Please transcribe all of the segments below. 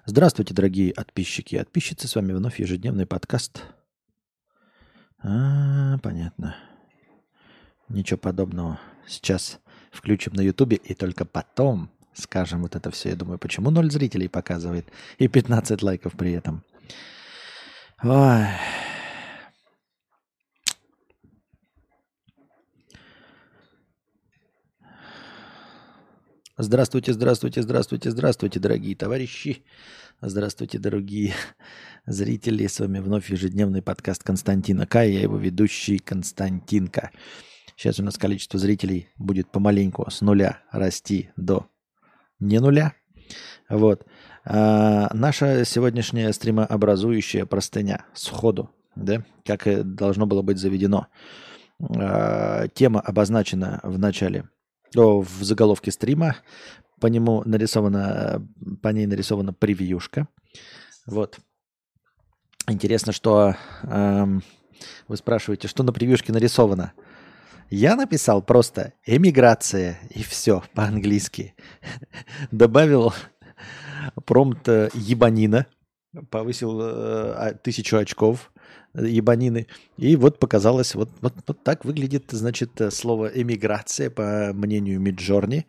Здравствуйте, дорогие подписчики и подписчицы. С вами вновь ежедневный подкаст. Понятно. Ничего подобного. Сейчас включим на Ютубе и только потом скажем вот это все. Я думаю, почему 0 зрителей показывает и 15 лайков при этом. Ой. Здравствуйте, здравствуйте, здравствуйте, здравствуйте, дорогие товарищи. Здравствуйте, дорогие зрители. С вами вновь ежедневный подкаст Константина К. Я его ведущий Константинка. Сейчас у нас количество зрителей будет помаленьку с нуля расти до не нуля. Вот. Наша сегодняшняя стримообразующая простыня сходу, да, как и должно было быть заведено. Тема обозначена в начале, в заголовке стрима. По ней нарисована превьюшка. Вот. Интересно, что вы спрашиваете, что на превьюшке нарисовано. Я написал просто «эмиграция» и все по-английски. Добавил промпт «ебанина», повысил 1000 очков ебанины. И вот показалось, вот так выглядит, значит, слово «эмиграция» по мнению Midjourney.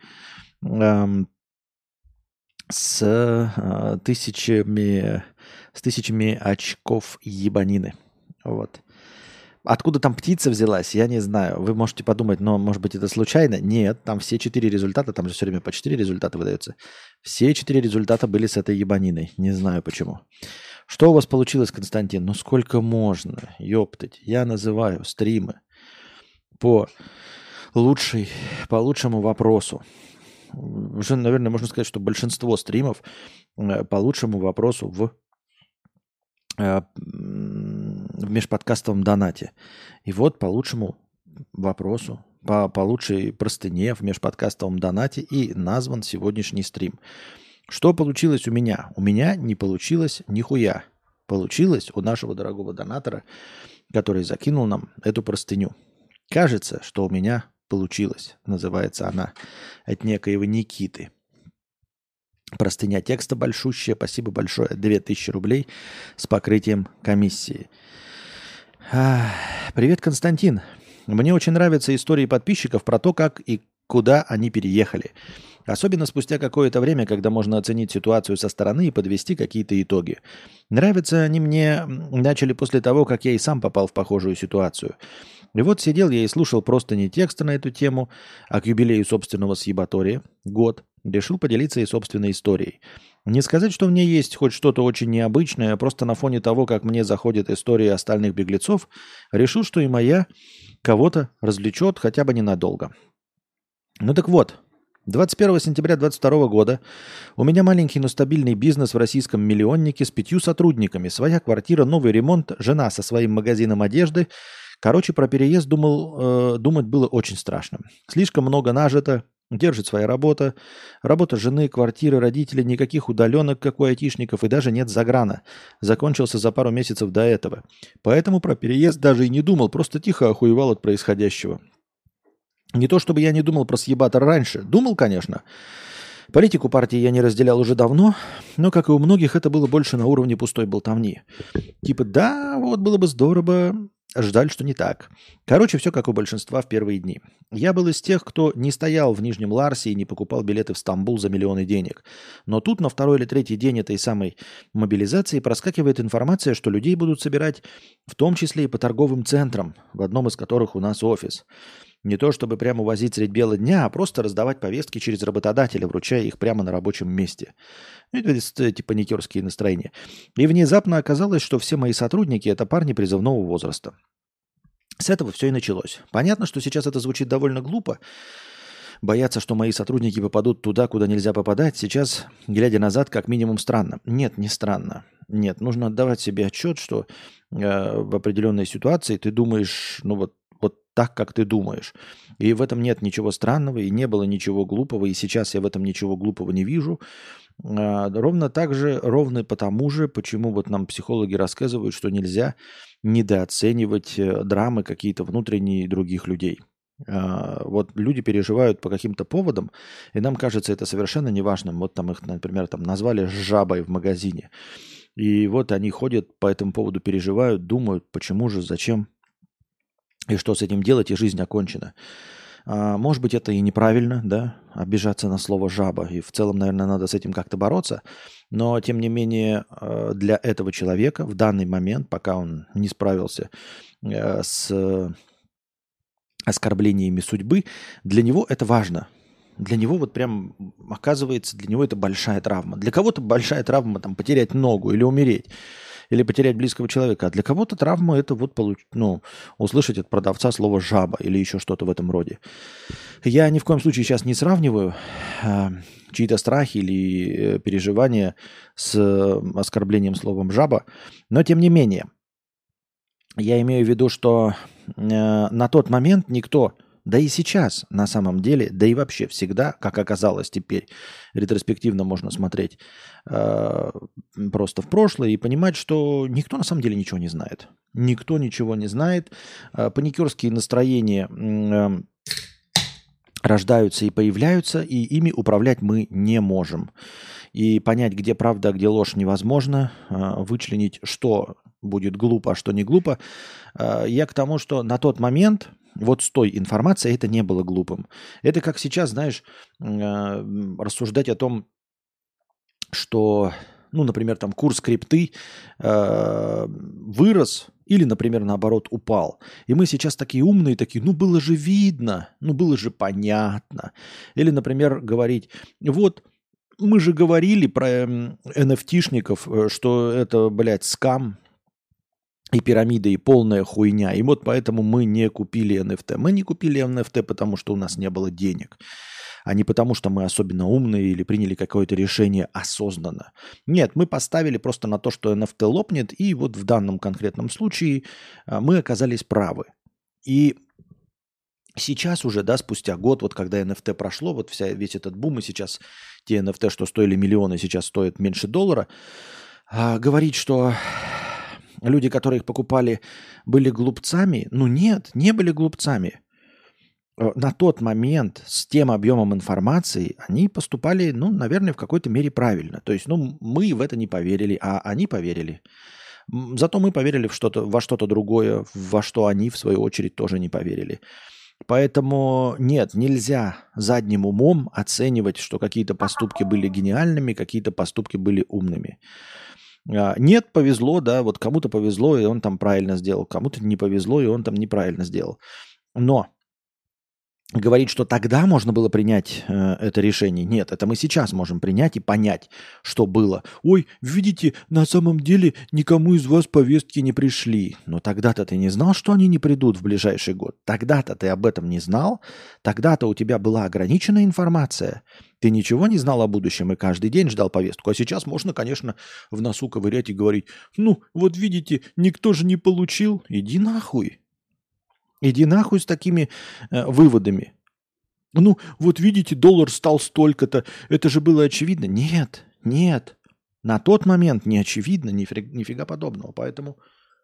С тысячами очков ебанины. Вот. Откуда там птица взялась, я не знаю. Вы можете подумать, но может быть это случайно? Нет, там все 4 результата, там же все время по 4 результата выдаются. Все 4 результата были с этой ебаниной. Не знаю почему. Что у вас получилось, Константин? Ну сколько можно? Ёптать. Я называю стримы по лучшему вопросу. Уже, наверное, можно сказать, что большинство стримов по лучшему вопросу в межподкастовом донате. И вот по лучшему вопросу, по лучшей простыне в межподкастовом донате и назван сегодняшний стрим. Что получилось у меня? У меня не получилось нихуя. Получилось у нашего дорогого донатора, который закинул нам эту простыню. Кажется, что у меня получилось. Называется она от некоего Никиты. Простыня текста большущая. Спасибо большое. 2000 рублей с покрытием комиссии. Привет, Константин. Мне очень нравятся истории подписчиков про то, как и куда они переехали. Особенно спустя какое-то время, когда можно оценить ситуацию со стороны и подвести какие-то итоги. Нравятся они мне начали после того, как я и сам попал в похожую ситуацию. И вот сидел я и слушал просто не текста на эту тему, а к юбилею собственного съеботория, год, решил поделиться и собственной историей. Не сказать, что в ней есть хоть что-то очень необычное, а просто на фоне того, как мне заходит история остальных беглецов, решил, что и моя кого-то развлечет хотя бы ненадолго. Ну так вот, 21 сентября 2022 года у меня маленький, но стабильный бизнес в российском миллионнике с 5 сотрудниками, своя квартира, новый ремонт, жена со своим магазином одежды. Короче, про переезд думать было очень страшно. Слишком много нажито, держит своя работа, работа жены, квартиры, родителей, никаких удаленок, как у айтишников, и даже нет заграна. Закончился за пару месяцев до этого. Поэтому про переезд даже и не думал, просто тихо охуевал от происходящего. Не то чтобы я не думал про съебатор раньше. Думал, конечно. Политику партии я не разделял уже давно, но, как и у многих, это было больше на уровне пустой болтовни. Типа, да, вот было бы здорово, жаль, что не так. Короче, все как у большинства в первые дни. Я был из тех, кто не стоял в Нижнем Ларсе и не покупал билеты в Стамбул за миллионы денег. Но тут на второй или третий день этой самой мобилизации проскакивает информация, что людей будут собирать в том числе и по торговым центрам, в одном из которых у нас офис. Не то чтобы прямо возить средь бела дня, а просто раздавать повестки через работодателя, вручая их прямо на рабочем месте. Это типа паникерские настроения. И внезапно оказалось, что все мои сотрудники – это парни призывного возраста. С этого все и началось. Понятно, что сейчас это звучит довольно глупо. Бояться, что мои сотрудники попадут туда, куда нельзя попадать, сейчас, глядя назад, как минимум странно. Нет, не странно. Нет, нужно отдавать себе отчет, что в определенной ситуации ты думаешь, ну вот так, как ты думаешь. И в этом нет ничего странного, и не было ничего глупого, и сейчас я в этом ничего глупого не вижу. Ровно так же, ровно потому же, почему вот нам психологи рассказывают, что нельзя недооценивать драмы какие-то внутренние других людей. Вот люди переживают по каким-то поводам, и нам кажется это совершенно неважным. Вот там их, например, там назвали жабой в магазине. И вот они ходят по этому поводу, переживают, думают, почему же, зачем и что с этим делать, и жизнь окончена. Может быть, это и неправильно, да, обижаться на слово «жаба». И в целом, наверное, надо с этим как-то бороться. Но, тем не менее, для этого человека в данный момент, пока он не справился с оскорблениями судьбы, для него это важно. Для него вот прям, оказывается, для него это большая травма. Для кого-то большая травма там потерять ногу или умереть, или потерять близкого человека. А для кого-то травма это вот услышать от продавца слово «жаба» или еще что-то в этом роде. Я ни в коем случае сейчас не сравниваю чьи-то страхи или переживания с оскорблением словом «жаба», но тем не менее, я имею в виду, что на тот момент никто, да и сейчас на самом деле, да и вообще всегда, как оказалось теперь, ретроспективно можно смотреть просто в прошлое и понимать, что никто на самом деле ничего не знает. Никто ничего не знает. Паникерские настроения рождаются и появляются, и ими управлять мы не можем. И понять, где правда, а где ложь, невозможно. Вычленить, что будет глупо, а что не глупо. Я к тому, что на тот момент вот с той информацией это не было глупым. Это как сейчас, знаешь, рассуждать о том, что, например, там курс крипты вырос или, например, наоборот, упал. И мы сейчас такие умные, такие, было же видно, было же понятно. Или, например, говорить, вот мы же говорили про NFT-шников, что это, скам, и пирамида, и полная хуйня. И вот поэтому мы не купили NFT. Мы не купили NFT, потому что у нас не было денег, а не потому, что мы особенно умные или приняли какое-то решение осознанно. Нет, мы поставили просто на то, что NFT лопнет, и вот в данном конкретном случае мы оказались правы. И сейчас уже, да, спустя год, вот когда NFT прошло, вот весь этот бум, и сейчас те NFT, что стоили миллионы, сейчас стоят меньше $1, говорить, что люди, которые их покупали, были глупцами, нет, не были глупцами. На тот момент с тем объемом информации они поступали, наверное, в какой-то мере правильно. То есть, мы в это не поверили, а они поверили. Зато мы поверили во что-то другое, во что они, в свою очередь, тоже не поверили. Поэтому нет, нельзя задним умом оценивать, что какие-то поступки были гениальными, какие-то поступки были умными. Нет, повезло, да, вот кому-то повезло, и он там правильно сделал, кому-то не повезло, и он там неправильно сделал. Но говорить, что тогда можно было принять это решение, нет, это мы сейчас можем принять и понять, что было. Ой, видите, на самом деле никому из вас повестки не пришли. Но тогда-то ты не знал, что они не придут в ближайший год. Тогда-то ты об этом не знал. Тогда-то у тебя была ограниченная информация. Ты ничего не знал о будущем и каждый день ждал повестку. А сейчас можно, конечно, в носу ковырять и говорить, вот видите, никто же не получил. Иди нахуй. Иди нахуй с такими выводами. Вот видите, доллар стал столько-то. Это же было очевидно. Нет, нет. На тот момент не очевидно, нифига подобного. Поэтому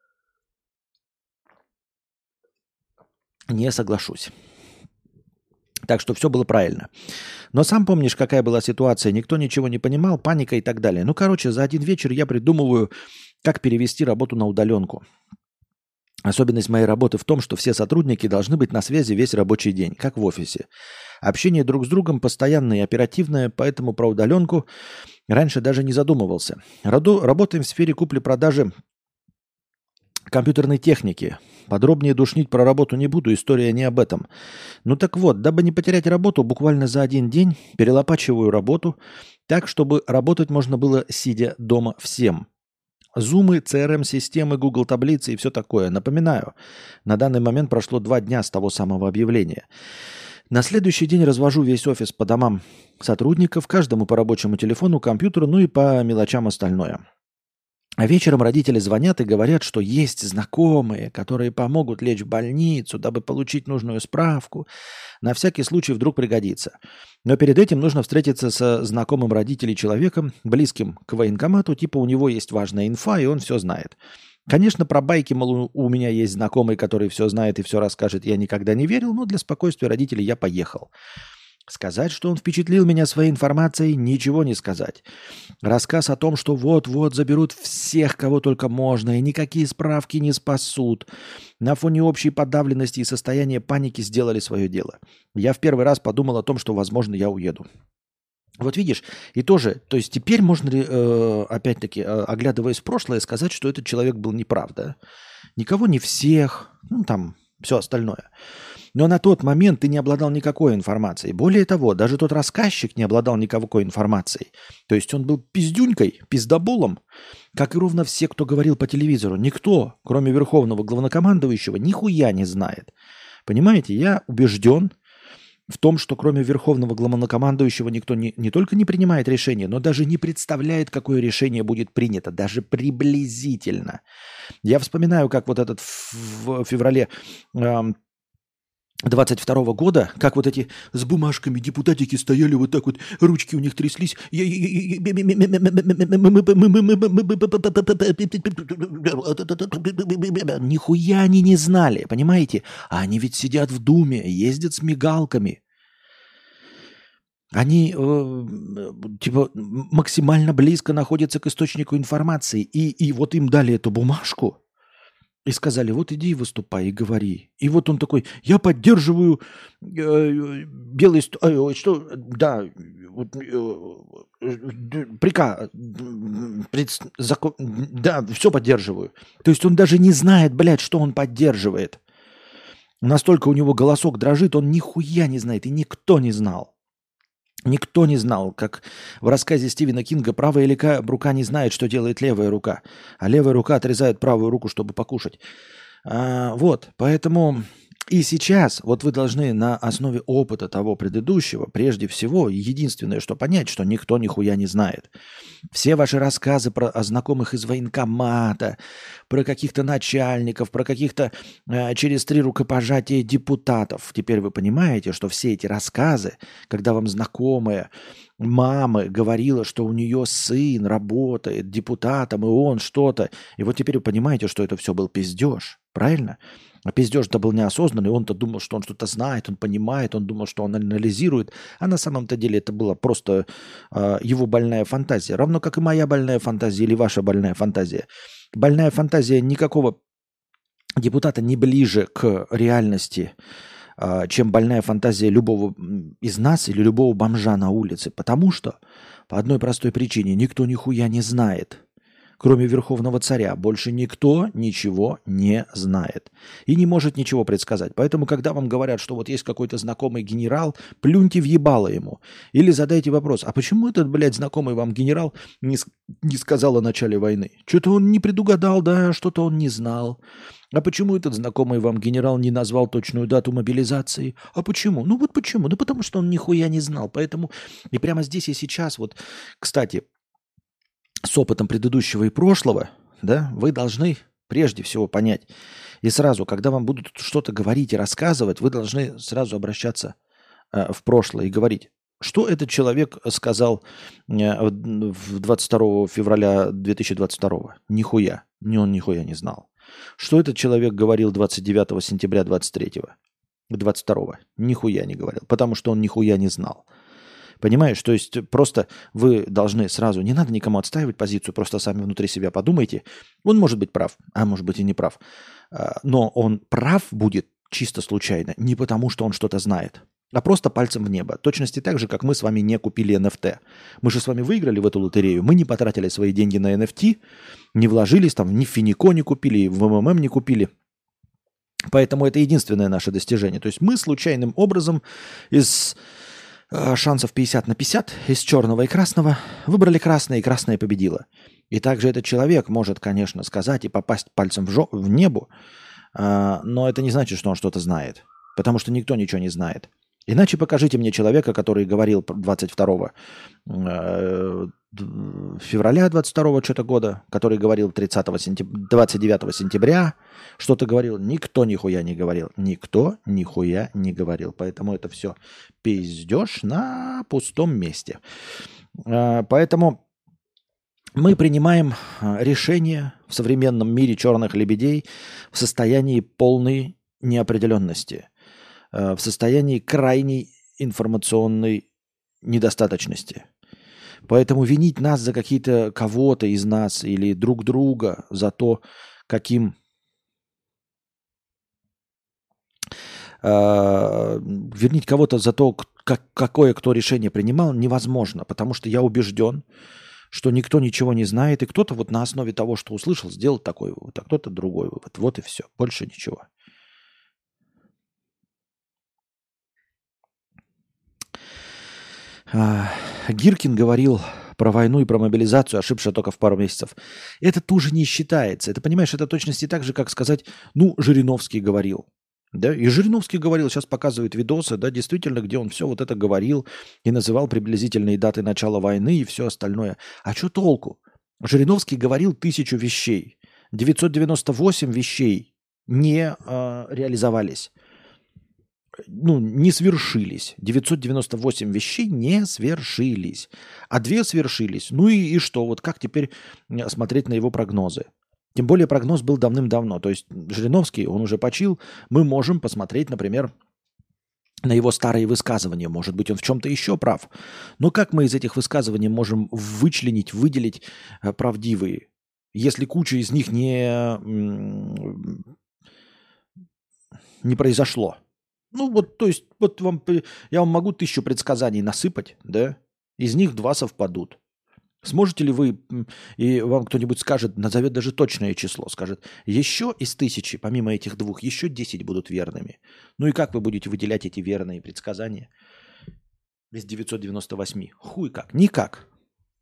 не соглашусь. Так что все было правильно. Но сам помнишь, какая была ситуация? Никто ничего не понимал, паника и так далее. За один вечер я придумываю, как перевести работу на удаленку. Особенность моей работы в том, что все сотрудники должны быть на связи весь рабочий день, как в офисе. Общение друг с другом постоянное и оперативное, поэтому про удаленку раньше даже не задумывался. Работаем в сфере купли-продажи компьютерной техники. Подробнее душнить про работу не буду, история не об этом. Так вот, дабы не потерять работу, буквально за один день перелопачиваю работу так, чтобы работать можно было, сидя дома всем. Зумы, CRM-системы, Google таблицы и все такое. Напоминаю, на данный момент прошло 2 дня с того самого объявления. На следующий день развожу весь офис по домам сотрудников, каждому по рабочему телефону, компьютеру, и по мелочам остальное. А вечером родители звонят и говорят, что есть знакомые, которые помогут лечь в больницу, дабы получить нужную справку. На всякий случай вдруг пригодится. Но перед этим нужно встретиться со знакомым родителей человеком, близким к военкомату, типа у него есть важная инфа, и он все знает. Конечно, про байки, мол, у меня есть знакомый, который все знает и все расскажет, я никогда не верил, но для спокойствия родителей я поехал. Сказать, что он впечатлил меня своей информацией, ничего не сказать. Рассказ о том, что вот-вот заберут всех, кого только можно, и никакие справки не спасут. На фоне общей подавленности и состояния паники сделали свое дело. Я в первый раз подумал о том, что, возможно, я уеду. Вот видишь, и тоже, то есть теперь можно ли, опять-таки, оглядываясь в прошлое, сказать, что этот человек был неправ, да? Никого, не всех, ну там, все остальное. Но на тот момент ты не обладал никакой информацией. Более того, даже тот рассказчик не обладал никакой информацией. То есть он был пиздюнькой, пиздоболом, как и ровно все, кто говорил по телевизору. Никто, кроме верховного главнокомандующего, нихуя не знает. Понимаете, я убежден в том, что кроме верховного главнокомандующего никто не только не принимает решение, но даже не представляет, какое решение будет принято, даже приблизительно. Я вспоминаю, как вот этот в феврале 22 года, как вот эти с бумажками депутатики стояли вот так вот, ручки у них тряслись. Нихуя они не знали, понимаете? А они ведь сидят в Думе, ездят с мигалками. Они типа максимально близко находятся к источнику информации. И вот им дали эту бумажку. И сказали, вот иди выступай и говори. И вот он такой, я поддерживаю белый... что, да, приказ, да, все поддерживаю. То есть он даже не знает, блядь, что он поддерживает. Настолько у него голосок дрожит, он нихуя не знает, и никто не знал. Никто не знал, как в рассказе Стивена Кинга правая рука не знает, что делает левая рука, а левая рука отрезает правую руку, чтобы покушать. Вот, поэтому и сейчас вот вы должны на основе опыта того предыдущего, прежде всего, единственное, что понять, что никто нихуя не знает. Все ваши рассказы о знакомых из военкомата, про каких-то начальников, про каких-то через 3 рукопожатия депутатов. Теперь вы понимаете, что все эти рассказы, когда вам знакомая мамы говорила, что у нее сын работает депутатом, и он что-то. И вот теперь вы понимаете, что это все был пиздеж. Правильно? А пиздеж-то был неосознанный, он-то думал, что он что-то знает, он понимает, он думал, что он анализирует, а на самом-то деле это была просто его больная фантазия, равно как и моя больная фантазия или ваша больная фантазия. Больная фантазия никакого депутата не ближе к реальности, чем больная фантазия любого из нас или любого бомжа на улице, потому что по одной простой причине никто нихуя не знает. Кроме Верховного Царя, больше никто ничего не знает и не может ничего предсказать. Поэтому, когда вам говорят, что вот есть какой-то знакомый генерал, плюньте в ебало ему. Или задайте вопрос, а почему этот, блядь, знакомый вам генерал не сказал о начале войны? Что-то он не предугадал, да, что-то он не знал. А почему этот знакомый вам генерал не назвал точную дату мобилизации? А почему? Ну вот почему? Ну потому что он нихуя не знал. Поэтому и прямо здесь и сейчас, вот, кстати, с опытом предыдущего и прошлого, да, вы должны прежде всего понять. И сразу, когда вам будут что-то говорить и рассказывать, вы должны сразу обращаться в прошлое и говорить, что этот человек сказал 22 февраля 2022. Нихуя. Он нихуя не знал. Что этот человек говорил 29 сентября 22. Нихуя не говорил, потому что он нихуя не знал. Понимаешь, то есть просто вы должны сразу, не надо никому отстаивать позицию, просто сами внутри себя подумайте. Он может быть прав, а может быть и не прав. Но он прав будет чисто случайно, не потому что он что-то знает, а просто пальцем в небо. В точности так же, как мы с вами не купили NFT. Мы же с вами выиграли в эту лотерею, мы не потратили свои деньги на NFT, не вложились там, ни в Финико не купили, в МММ не купили. Поэтому это единственное наше достижение. То есть мы случайным образом из шансов 50 на 50, из черного и красного выбрали красное, и красное победило. И также этот человек может, конечно, сказать и попасть пальцем в небо, но это не значит, что он что-то знает, потому что никто ничего не знает. Иначе покажите мне человека, который говорил 22 февраля 22 что-то года, который говорил 29 сентября, что-то говорил. Никто нихуя не говорил. Никто нихуя не говорил. Поэтому это все пиздеж на пустом месте. Поэтому Мы принимаем решения в современном мире черных лебедей в состоянии полной неопределенности, в состоянии крайней информационной недостаточности. Поэтому винить нас за какие-то кого-то из нас или друг друга за то, каким винить кого-то за то, какое кто решение принимал, невозможно, потому что я убежден, что никто ничего не знает, и кто-то вот на основе того, что услышал, сделал такой вывод, а кто-то другой вывод. Вот и все, больше ничего. Гиркин говорил про войну и про мобилизацию, ошибся только в пару месяцев. Это тоже не считается. Это, понимаешь, это точности так же, как сказать, ну, Жириновский говорил. Да, и Жириновский говорил, сейчас показывают видосы, да, действительно, где он все вот это говорил и называл приблизительные даты начала войны и все остальное. А что толку? Жириновский говорил 1000 вещей. 998 вещей не реализовались. Ну, не свершились. 998 вещей не свершились. А 2 свершились. Ну и что? Вот как теперь смотреть на его прогнозы? Тем более прогноз был давным-давно. То есть Жириновский, он уже почил. Мы можем посмотреть, например, на его старые высказывания. Может быть, он в чем-то еще прав. Но как мы из этих высказываний можем вычленить, выделить правдивые, если куча из них не произошло? Ну вот, то есть, вот я вам могу 1000 предсказаний насыпать, да? Из них 2 совпадут. Сможете ли вы, и вам кто-нибудь скажет, назовет даже точное число, скажет, еще из 1000, помимо этих 2, еще 10 будут верными. Ну и как вы будете выделять эти верные предсказания из 998? Хуй как, никак.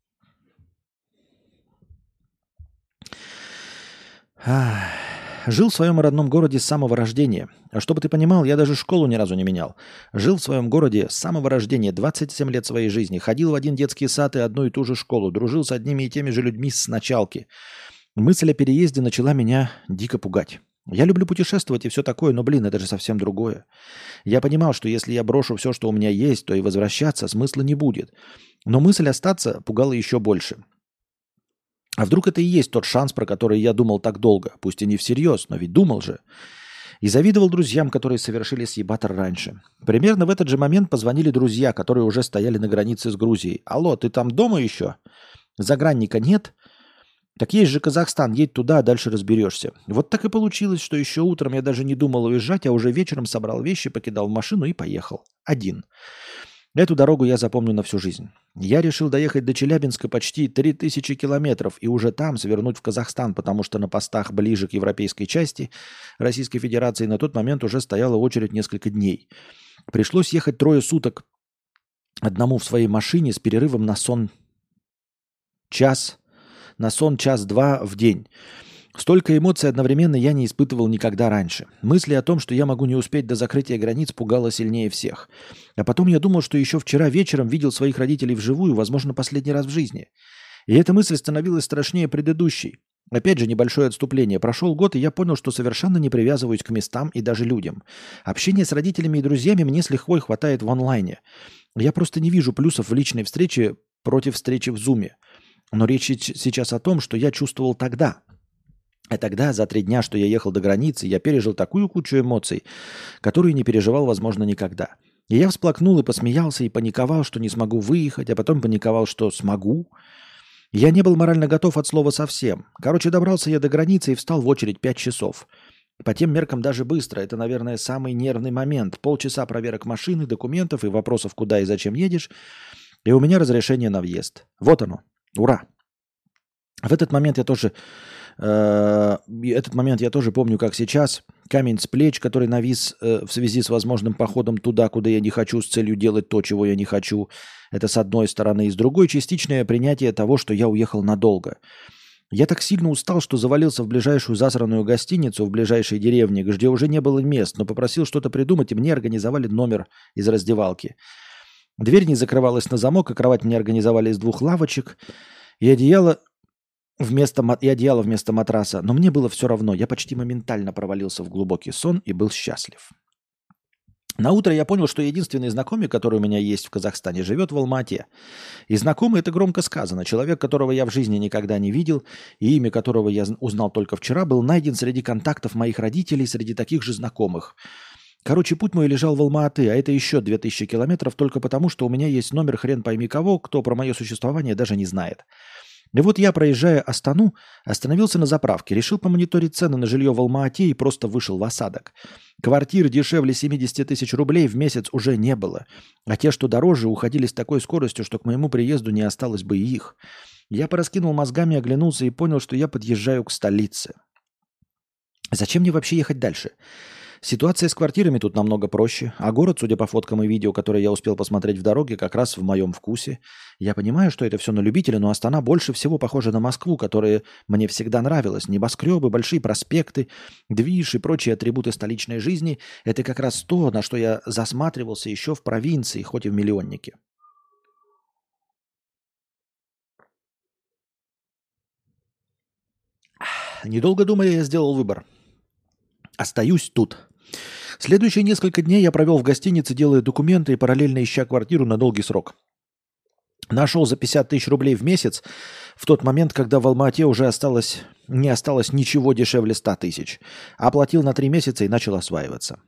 Жил в своем родном городе с самого рождения. А чтобы ты понимал, я даже школу ни разу не менял. Жил в своем городе с самого рождения, 27 лет своей жизни. Ходил в один детский сад и одну и ту же школу. Дружил с одними и теми же людьми с началки. Мысль о переезде начала меня дико пугать. Я люблю путешествовать и все такое, но, блин, это же совсем другое. Я понимал, что если я брошу все, что у меня есть, то и возвращаться смысла не будет. Но мысль остаться пугала еще больше. А вдруг это и есть тот шанс, про который я думал так долго? Пусть и не всерьез, но ведь думал же. И завидовал друзьям, которые совершили съебатор раньше. Примерно в этот же момент позвонили друзья, которые уже стояли на границе с Грузией. «Алло, ты там дома еще? Загранника нет? Так есть же Казахстан, едь туда, а дальше разберешься». Вот так и получилось, что еще утром я даже не думал уезжать, а уже вечером собрал вещи, покидал машину и поехал. Один. Эту дорогу я запомню на всю жизнь. Я решил доехать до Челябинска почти 3000 километров и уже там свернуть в Казахстан, потому что на постах ближе к европейской части Российской Федерации на тот момент уже стояла очередь несколько дней. Пришлось ехать 3 суток одному в своей машине с перерывом на сон час-два в день. Столько эмоций одновременно я не испытывал никогда раньше. Мысли о том, что я могу не успеть до закрытия границ, пугало сильнее всех. А потом я думал, что еще вчера вечером видел своих родителей вживую, возможно, последний раз в жизни. И эта мысль становилась страшнее предыдущей. Опять же, небольшое отступление. Прошел год, и я понял, что совершенно не привязываюсь к местам и даже людям. Общение с родителями и друзьями мне с лихвой хватает в онлайне. Я просто не вижу плюсов в личной встрече против встречи в зуме. Но речь сейчас о том, что я чувствовал тогда. А тогда, за 3 дня, что я ехал до границы, я пережил такую кучу эмоций, которые не переживал, возможно, никогда. И я всплакнул и посмеялся, и паниковал, что не смогу выехать, а потом паниковал, что смогу. Я не был морально готов от слова совсем. Короче, добрался я до границы и встал в очередь 5 часов. По тем меркам даже быстро. Это, наверное, самый нервный момент. Полчаса проверок машины, документов и вопросов, куда и зачем едешь. И у меня разрешение на въезд. Вот оно. Ура! В этот момент я тоже помню, как сейчас. Камень с плеч, который навис в связи с возможным походом туда, куда я не хочу, с целью делать то, чего я не хочу. Это с одной стороны. И с другой частичное принятие того, что я уехал надолго. Я так сильно устал, что завалился в ближайшую засранную гостиницу в ближайшей деревне, где уже не было мест, но попросил что-то придумать, и мне организовали номер из раздевалки. Дверь не закрывалась на замок, и кровать мне организовали из 2 лавочек, и одеяло вместо матраса. Но мне было все равно. Я почти моментально провалился в глубокий сон и был счастлив. На утро я понял, что единственный знакомый, который у меня есть в Казахстане, живет в Алма-Ате. И знакомый — это громко сказано. Человек, которого я в жизни никогда не видел, и имя которого я узнал только вчера, был найден среди контактов моих родителей, среди таких же знакомых. Короче, путь мой лежал в Алма-Аты, а это еще 2000 километров только потому, что у меня есть номер хрен пойми кого, кто про мое существование даже не знает. И вот я, проезжая Астану, остановился на заправке, решил помониторить цены на жилье в Алма-Ате и просто вышел в осадок. Квартир дешевле 70 тысяч рублей в месяц уже не было, а те, что дороже, уходили с такой скоростью, что к моему приезду не осталось бы и их. Я пораскинул мозгами, оглянулся и понял, что я подъезжаю к столице. Зачем мне вообще ехать дальше? Ситуация с квартирами тут намного проще, а город, судя по фоткам и видео, которые я успел посмотреть в дороге, как раз в моем вкусе. Я понимаю, что это все на любителя, но Астана больше всего похожа на Москву, которая мне всегда нравилась. Небоскребы, большие проспекты, движ и прочие атрибуты столичной жизни — это как раз то, на что я засматривался еще в провинции, хоть и в миллионнике. Недолго думая, я сделал выбор. Остаюсь тут. Следующие несколько дней я провел в гостинице, делая документы и параллельно ища квартиру на долгий срок. Нашел за 50 тысяч рублей в месяц в тот момент, когда в Алма-Ате уже не осталось ничего дешевле 100 тысяч. Оплатил на 3 месяца и начал осваиваться.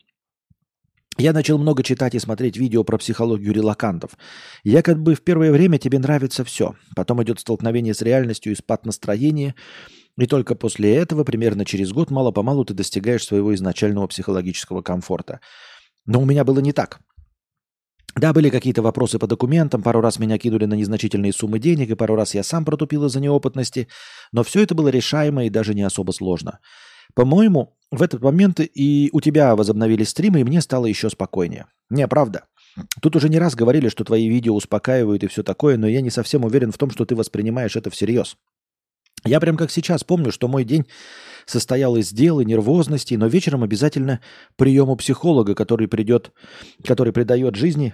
Я начал много читать и смотреть видео про психологию релокантов. Якобы в первое время тебе нравится все. Потом идет столкновение с реальностью и спад настроения. И только после этого, примерно через год, мало-помалу ты достигаешь своего изначального психологического комфорта. Но у меня было не так. Да, были какие-то вопросы по документам, пару раз меня кинули на незначительные суммы денег, и пару раз я сам протупил из-за неопытности, но все это было решаемо и даже не особо сложно. По-моему, в этот момент и у тебя возобновились стримы, и мне стало еще спокойнее. Не, правда. Тут уже не раз говорили, что твои видео успокаивают и все такое, но я не совсем уверен в том, что ты воспринимаешь это всерьез. Я прям как сейчас помню, что мой день состоял из дел и нервозности, но вечером обязательно прием у психолога, который придает жизни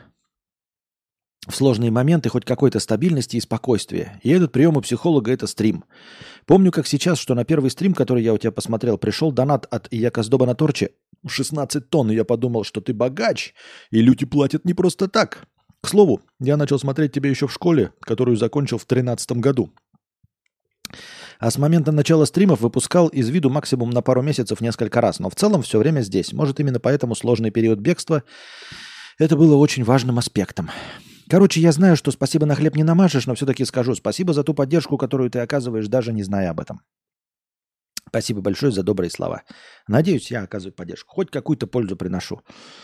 в сложные моменты хоть какой-то стабильности и спокойствия. И этот прием у психолога — это стрим. Помню, как сейчас, что на первый стрим, который я у тебя посмотрел, пришел донат от Яказдоба на Торче 16 тонн, и я подумал, что ты богач, и люди платят не просто так. К слову, я начал смотреть тебя еще в школе, которую закончил в 2013 году. А с момента начала стримов выпускал из виду максимум на пару месяцев несколько раз, но в целом все время здесь. Может, именно поэтому сложный период бегства — это было очень важным аспектом. Короче, я знаю, что спасибо на хлеб не намажешь, но все-таки скажу спасибо за ту поддержку, которую ты оказываешь, даже не зная об этом. Спасибо большое за добрые слова. Надеюсь, я оказываю поддержку. Хоть какую-то пользу приношу.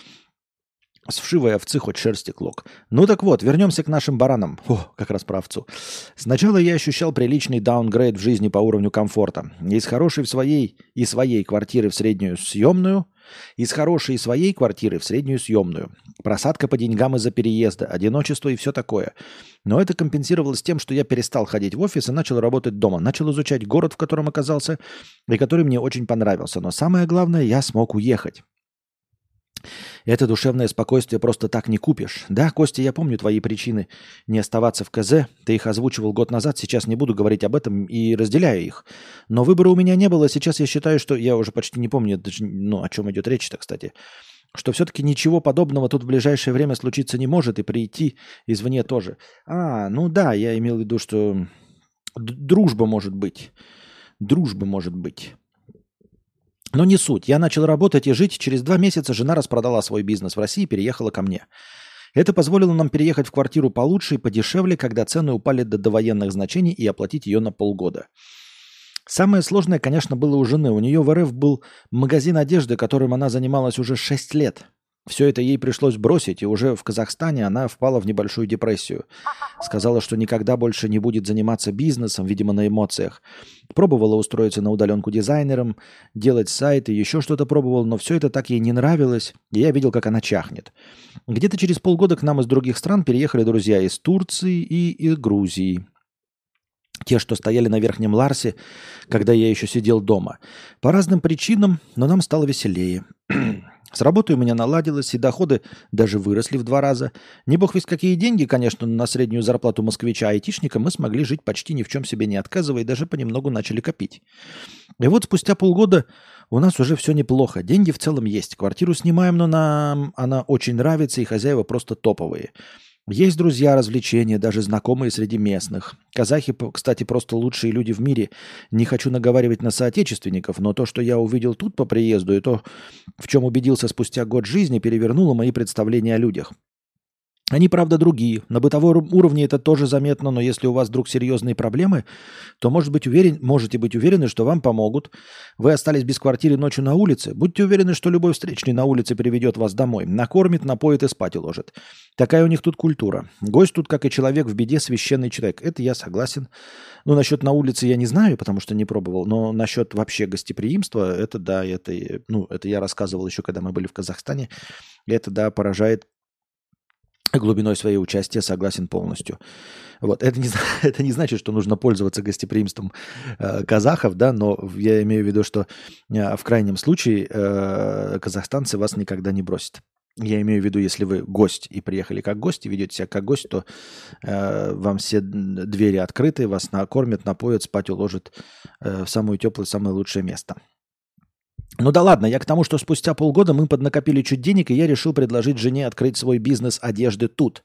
С вшивой овцы хоть шерсти клок. Ну так вот, вернемся к нашим баранам. О, как раз про овцу. Сначала я ощущал приличный даунгрейд в жизни по уровню комфорта. Из хорошей своей квартиры в среднюю съемную, из хорошей своей квартиры в среднюю съемную. Просадка по деньгам из-за переезда, одиночество и все такое. Но это компенсировалось тем, что я перестал ходить в офис и начал работать дома. Начал изучать город, в котором оказался, и который мне очень понравился. Но самое главное, я смог уехать. Это душевное спокойствие просто так не купишь. Да, Костя, я помню твои причины не оставаться в КЗ. Ты их озвучивал год назад, сейчас не буду говорить об этом и разделяю их. Но выбора у меня не было. Сейчас я считаю, что... Я уже почти не помню, о чем идет речь-то, кстати. Что все-таки ничего подобного тут в ближайшее время случиться не может и прийти извне тоже. Ну да, я имел в виду, что дружба может быть. Дружба может быть. Но не суть. Я начал работать и жить. Через 2 месяца жена распродала свой бизнес в России и переехала ко мне. Это позволило нам переехать в квартиру получше и подешевле, когда цены упали до довоенных значений, и оплатить ее на полгода. Самое сложное, конечно, было у жены. У нее в РФ был магазин одежды, которым она занималась уже 6 лет. Все это ей пришлось бросить, и уже в Казахстане она впала в небольшую депрессию. Сказала, что никогда больше не будет заниматься бизнесом, видимо, на эмоциях. Пробовала устроиться на удаленку дизайнером, делать сайты, еще что-то пробовала, но все это так ей не нравилось, и я видел, как она чахнет. Где-то через полгода к нам из других стран переехали друзья из Турции и из Грузии. Те, что стояли на Верхнем Ларсе, когда я еще сидел дома. По разным причинам, но нам стало веселее. С работой у меня наладилось, и доходы даже выросли в 2 раза. Не бог весть какие деньги, конечно, но на среднюю зарплату москвича-айтишника мы смогли жить почти ни в чем себе не отказывая, и даже понемногу начали копить. И вот спустя полгода у нас уже все неплохо. Деньги в целом есть. Квартиру снимаем, но нам она очень нравится, и хозяева просто топовые. Есть друзья, развлечения, даже знакомые среди местных. Казахи, кстати, просто лучшие люди в мире. Не хочу наговаривать на соотечественников, но то, что я увидел тут по приезду, и то, в чем убедился спустя год жизни, перевернуло мои представления о людях. Они, правда, другие. На бытовом уровне это тоже заметно, но если у вас вдруг серьезные проблемы, то можете быть уверены, что вам помогут. Вы остались без квартиры ночью на улице. Будьте уверены, что любой встречный на улице приведет вас домой. Накормит, напоит и спать уложит. Такая у них тут культура. Гость тут, как и человек в беде, священный человек. Это я согласен. Ну, насчет на улице я не знаю, потому что не пробовал. Но насчет вообще гостеприимства, это да, это я рассказывал еще, когда мы были в Казахстане. Это, да, поражает глубиной своего участия, согласен полностью. Вот. Это не значит, что нужно пользоваться гостеприимством казахов, да, но я имею в виду, что в крайнем случае казахстанцы вас никогда не бросят. Я имею в виду, если вы гость и приехали как гость, и ведете себя как гость, то вам все двери открыты, вас накормят, напоят, спать уложат в самое теплое, самое лучшее место. Ну да ладно, я к тому, что спустя полгода мы поднакопили чуть денег, и я решил предложить жене открыть свой бизнес одежды тут.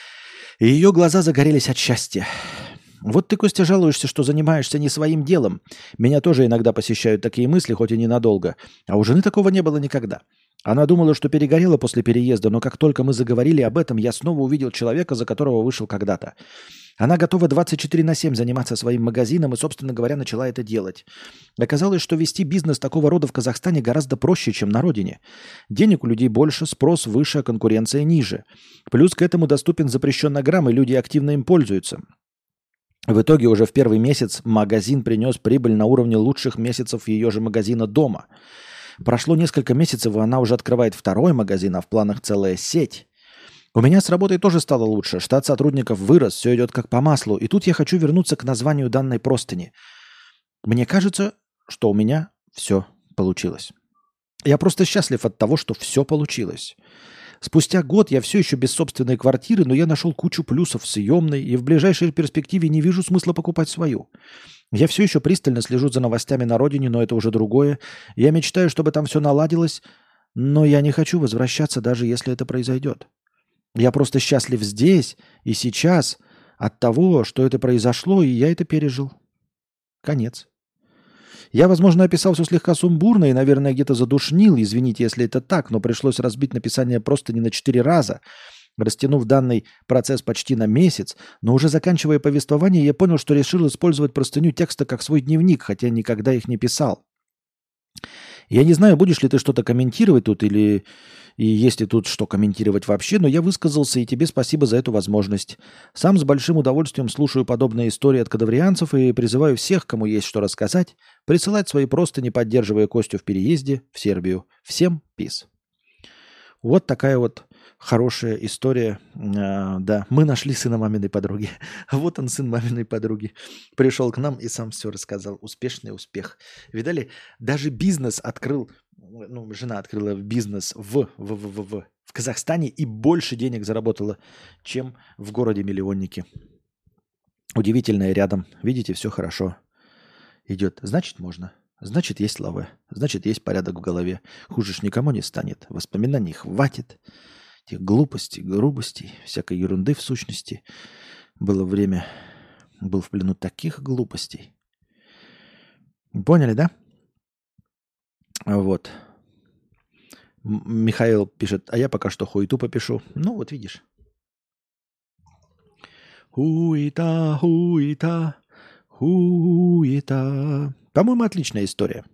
И ее глаза загорелись от счастья. Вот ты, Костя, жалуешься, что занимаешься не своим делом. Меня тоже иногда посещают такие мысли, хоть и ненадолго. А у жены такого не было никогда. Она думала, что перегорела после переезда, но как только мы заговорили об этом, я снова увидел человека, за которого вышел когда-то. Она готова 24/7 заниматься своим магазином и, собственно говоря, начала это делать. Оказалось, что вести бизнес такого рода в Казахстане гораздо проще, чем на родине. Денег у людей больше, спрос выше, а конкуренция ниже. Плюс к этому доступен запрещенный грамм, и люди активно им пользуются. В итоге уже в первый месяц магазин принес прибыль на уровне лучших месяцев ее же магазина дома. Прошло несколько месяцев, и она уже открывает второй магазин, а в планах целая сеть. У меня с работой тоже стало лучше. Штат сотрудников вырос, все идет как по маслу. И тут я хочу вернуться к названию данной простыни. Мне кажется, что у меня все получилось. Я просто счастлив от того, что все получилось. Спустя год я все еще без собственной квартиры, но я нашел кучу плюсов в съемной и в ближайшей перспективе не вижу смысла покупать свою. Я все еще пристально слежу за новостями на родине, но это уже другое. Я мечтаю, чтобы там все наладилось, но я не хочу возвращаться, даже если это произойдет. Я просто счастлив здесь и сейчас от того, что это произошло, и я это пережил. Конец. Я, возможно, описал все слегка сумбурно и, наверное, где-то задушнил, извините, если это так, но пришлось разбить написание просто не на 4 раза, растянув данный процесс почти на месяц, но уже заканчивая повествование, я понял, что решил использовать простыню текста как свой дневник, хотя никогда их не писал. Я не знаю, будешь ли ты что-то комментировать тут или и есть ли тут что комментировать вообще, но я высказался, и тебе спасибо за эту возможность. Сам с большим удовольствием слушаю подобные истории от кадаврианцев и призываю всех, кому есть что рассказать, присылать свои простыни, поддерживая Костю в переезде в Сербию. Всем пис. Вот такая вот хорошая история. Да, мы нашли сына маминой подруги. Вот он, сын маминой подруги. Пришел к нам и сам все рассказал. Успешный успех. Видали, даже бизнес открыл, ну, жена открыла бизнес в Казахстане и больше денег заработала, чем в городе-миллионнике. Удивительное рядом. Видите, все хорошо идет. Значит, можно. Значит, есть слава. Значит, есть порядок в голове. Хуже ж никому не станет. Воспоминаний хватит. Этих глупостей, грубостей, всякой ерунды в сущности. Было время, был в плену таких глупостей. Поняли, да? Вот. Михаил пишет, а я пока что хуету попишу. Ну, вот видишь. Хуета, хуета, хуета. По-моему, отличная история.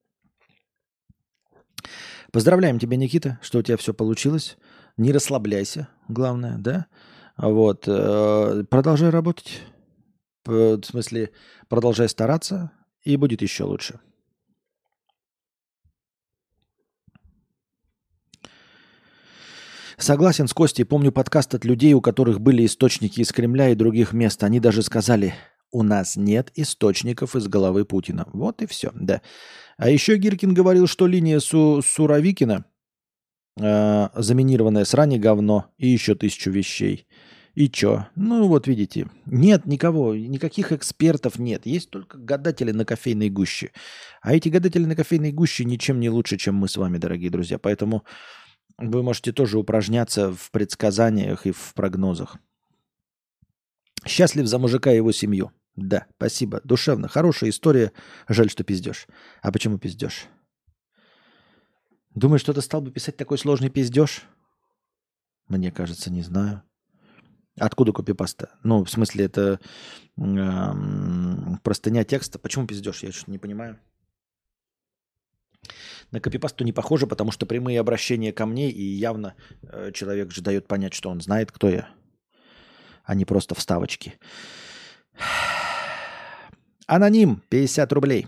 Поздравляем тебя, Никита, что у тебя все получилось. Не расслабляйся, главное, да? Вот. Продолжай работать. В смысле, продолжай стараться, и будет еще лучше. Согласен с Костей. Помню подкаст от людей, у которых были источники из Кремля и других мест. Они даже сказали, у нас нет источников из головы Путина. Вот и все, да. А еще Гиркин говорил, что линия Суровикина заминированное срань говно и еще 1000 вещей. И чё? Ну, вот видите. Нет никого, никаких экспертов нет. Есть только гадатели на кофейной гуще. А эти гадатели на кофейной гуще ничем не лучше, чем мы с вами, дорогие друзья. Поэтому вы можете тоже упражняться в предсказаниях и в прогнозах. Счастлив за мужика и его семью. Да, спасибо. Душевно. Хорошая история. Жаль, что пиздешь. А почему пиздешь? Думаешь, кто-то стал бы писать такой сложный пиздеж? Мне кажется, не знаю. Откуда копипаста? Ну, в смысле, это простыня текста. Почему пиздешь? Я что-то не понимаю. На копипасту не похоже, потому что прямые обращения ко мне, и явно человек же дает понять, что он знает, кто я, а не просто вставочки. Аноним, 50 рублей.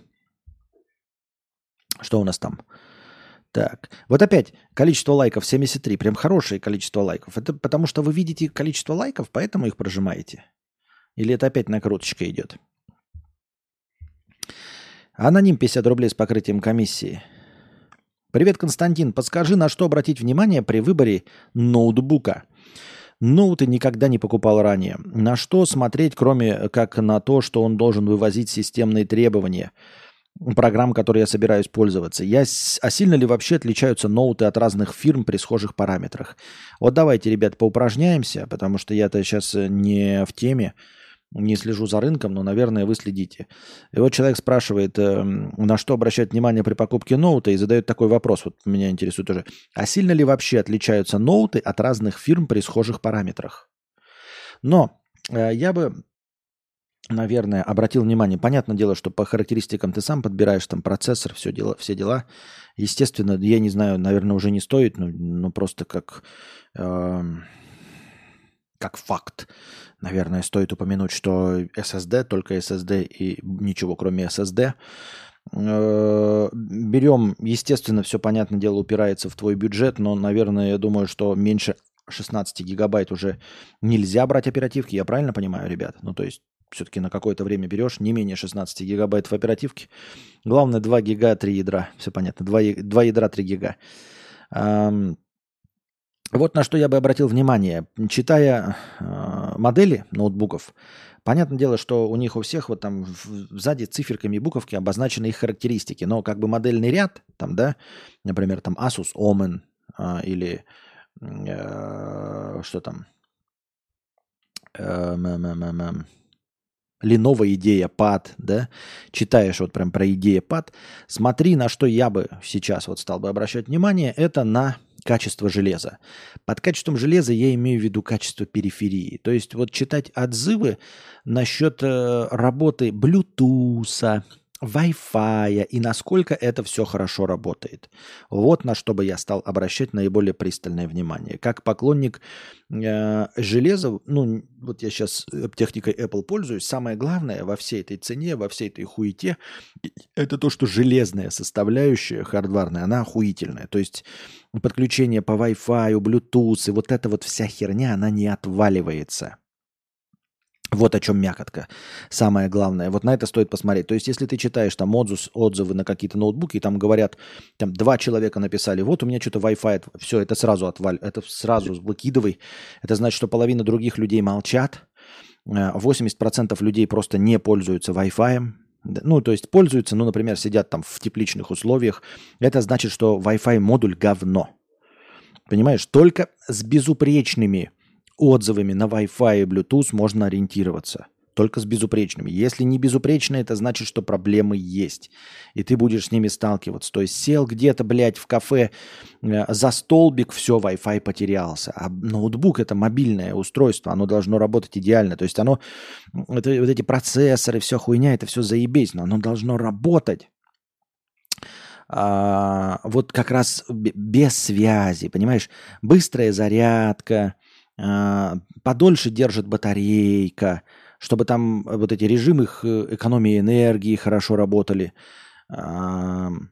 Что у нас там? Так, вот опять количество лайков 73, прям хорошее количество лайков. Это потому что вы видите количество лайков, поэтому их прожимаете? Или это опять накруточка идет? Аноним 50 рублей с покрытием комиссии. Привет, Константин. Подскажи, на что обратить внимание при выборе ноутбука? Ноуты никогда не покупал ранее. На что смотреть, кроме как на то, что он должен вывозить системные требования программ, которые я собираюсь пользоваться? А сильно ли вообще отличаются ноуты от разных фирм при схожих параметрах? Вот давайте, ребят, поупражняемся, потому что я-то сейчас не в теме, не слежу за рынком, но, наверное, вы следите. И вот человек спрашивает, на что обращать внимание при покупке ноута, и задает такой вопрос, вот меня интересует тоже. А сильно ли вообще отличаются ноуты от разных фирм при схожих параметрах? Но я бы, наверное, обратил внимание. Понятное дело, что по характеристикам ты сам подбираешь там процессор, все дела. Естественно, я не знаю, наверное, уже не стоит, но просто как факт. Наверное, стоит упомянуть, что SSD, только SSD и ничего кроме SSD. Берем, естественно, все, понятное дело, упирается в твой бюджет, но, наверное, я думаю, что меньше 16 гигабайт уже нельзя брать оперативки. Я правильно понимаю, ребят? Ну, то есть, все-таки на какое-то время берешь не менее 16 гигабайт в оперативке. Главное, 2 гига, 3 ядра. Все понятно. 2 ядра, 3 гига. Вот на что я бы обратил внимание, читая модели ноутбуков. Понятное дело, что у них у всех вот там сзади циферками и буковки обозначены их характеристики, но как бы модельный ряд, там, да, например, там Asus Omen или что там, Lenovo IdeaPad, да, читаешь вот прям про IdeaPad, смотри, на что я бы сейчас вот стал бы обращать внимание, это на качество железа. Под качеством железа я имею в виду качество периферии. То есть вот читать отзывы насчет работы Bluetooth, Wi-Fi и насколько это все хорошо работает. Вот на что бы я стал обращать наиболее пристальное внимание. Как поклонник железа, ну вот я сейчас техникой Apple пользуюсь, самое главное во всей этой цене, во всей этой хуете, это то, что железная составляющая, хардварная, она охуительная. То есть подключение по Wi-Fi, Bluetooth и вот эта вот вся херня, она не отваливается. Вот о чем мякотка. Самое главное. Вот на это стоит посмотреть. То есть, если ты читаешь там отзывы на какие-то ноутбуки, и там говорят, там 2 человека написали, вот у меня что-то Wi-Fi, все, это сразу это сразу выкидывай. Это значит, что половина других людей молчат, 80% людей просто не пользуются Wi-Fi. Ну, то есть пользуются, ну, например, сидят там в тепличных условиях. Это значит, что Wi-Fi модуль говно. Понимаешь? Только с безупречными отзывами на Wi-Fi и Bluetooth можно ориентироваться. Только с безупречными. Если не безупречные, это значит, что проблемы есть. И ты будешь с ними сталкиваться. То есть сел где-то, блядь, в кафе за столбик, все, Wi-Fi потерялся. А ноутбук – это мобильное устройство, оно должно работать идеально. То есть оно, вот эти процессоры, все хуйня, это все заебись, но оно должно работать. Вот как раз без связи, понимаешь? Быстрая зарядка, подольше держит батарейка, чтобы там вот эти режимы их экономии энергии хорошо работали. Bluetooth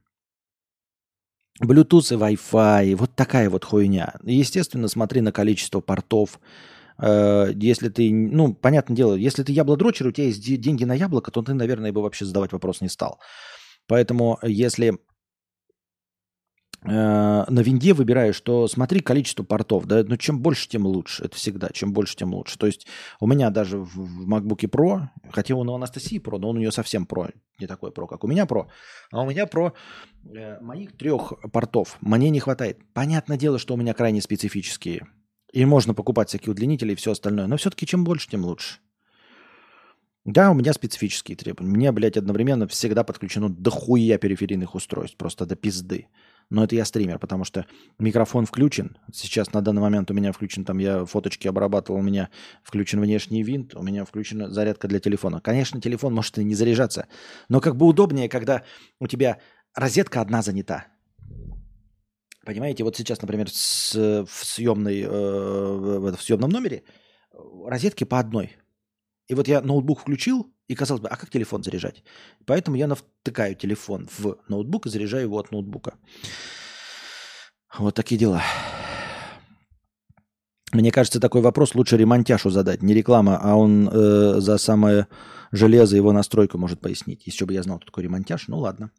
и Wi-Fi, вот такая вот хуйня. Естественно, смотри на количество портов. Если ты, ну, понятное дело, если ты яблодрочер, у тебя есть деньги на яблоко, то ты, наверное, бы вообще задавать вопрос не стал. Поэтому, если на винде выбираешь, что смотри количество портов, да, но чем больше, тем лучше. Это всегда, чем больше, тем лучше. То есть у меня даже в MacBook Pro, хотя он у Анастасии Pro, но он у нее совсем Pro, не такой Pro, как у меня Pro, а у меня Pro моих 3 портов мне не хватает. Понятное дело, что у меня крайне специфические. И можно покупать всякие удлинители и все остальное, но все-таки чем больше, тем лучше. Да, у меня специфические требования. Мне, блядь, одновременно всегда подключено дохуя периферийных устройств, просто до пизды. Но это я стример, потому что микрофон включен. Сейчас на данный момент у меня включен, там я фоточки обрабатывал, у меня включен внешний винт, у меня включена зарядка для телефона. Конечно, телефон может и не заряжаться, но как бы удобнее, когда у розетка одна занята. Понимаете, вот сейчас, например, в съемном номере розетки по одной. И вот я ноутбук включил, и казалось бы, а как телефон заряжать? Поэтому я втыкаю телефон в ноутбук и заряжаю его от ноутбука. Вот такие дела. Мне кажется, такой вопрос лучше ремонтяшу задать. Не реклама, а он за самое железо его настройку может пояснить. Если бы я знал, кто такой ремонтяж, ну ладно.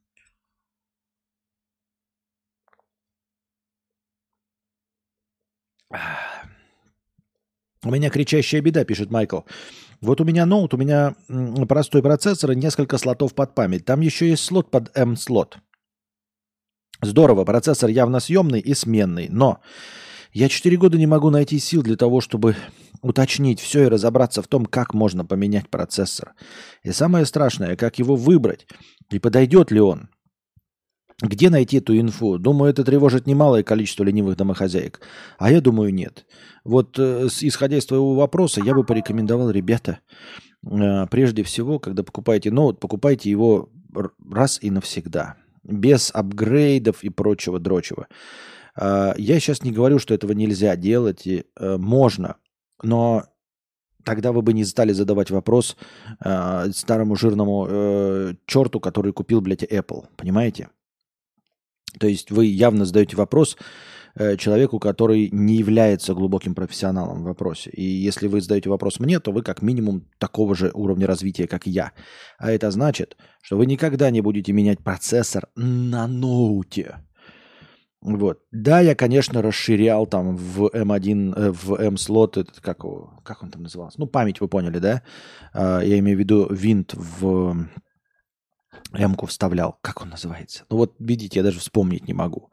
У меня кричащая беда, пишет Майкл. Вот у меня ноут, у меня простой процессор и несколько слотов под память. Там еще есть слот под M-слот. Здорово, процессор явно съемный и сменный. Но я 4 года не могу найти сил для того, чтобы уточнить все и разобраться в том, как можно поменять процессор. И самое страшное, как его выбрать и подойдет ли он. Где найти эту инфу? Думаю, это тревожит немалое количество ленивых домохозяек. А я думаю, нет. Вот исходя из твоего вопроса, я бы порекомендовал, ребята, прежде всего, когда покупаете ноут, покупайте его раз и навсегда. Без апгрейдов и прочего-дрочего. Я сейчас не говорю, что этого нельзя делать. Можно. Но тогда вы бы не стали задавать вопрос старому жирному черту, который купил, блядь, Apple. Понимаете? То есть вы явно задаете вопрос человеку, который не является глубоким профессионалом в вопросе. И если вы задаете вопрос мне, то вы как минимум такого же уровня развития, как и я. А это значит, что вы никогда не будете менять процессор на ноуте. Вот. Да, я, конечно, расширял там в M1, в M-слот, как он там назывался? Ну, память вы поняли, да? Я имею в виду винт в М-ку вставлял. Как он называется? Ну вот, видите, я даже вспомнить не могу.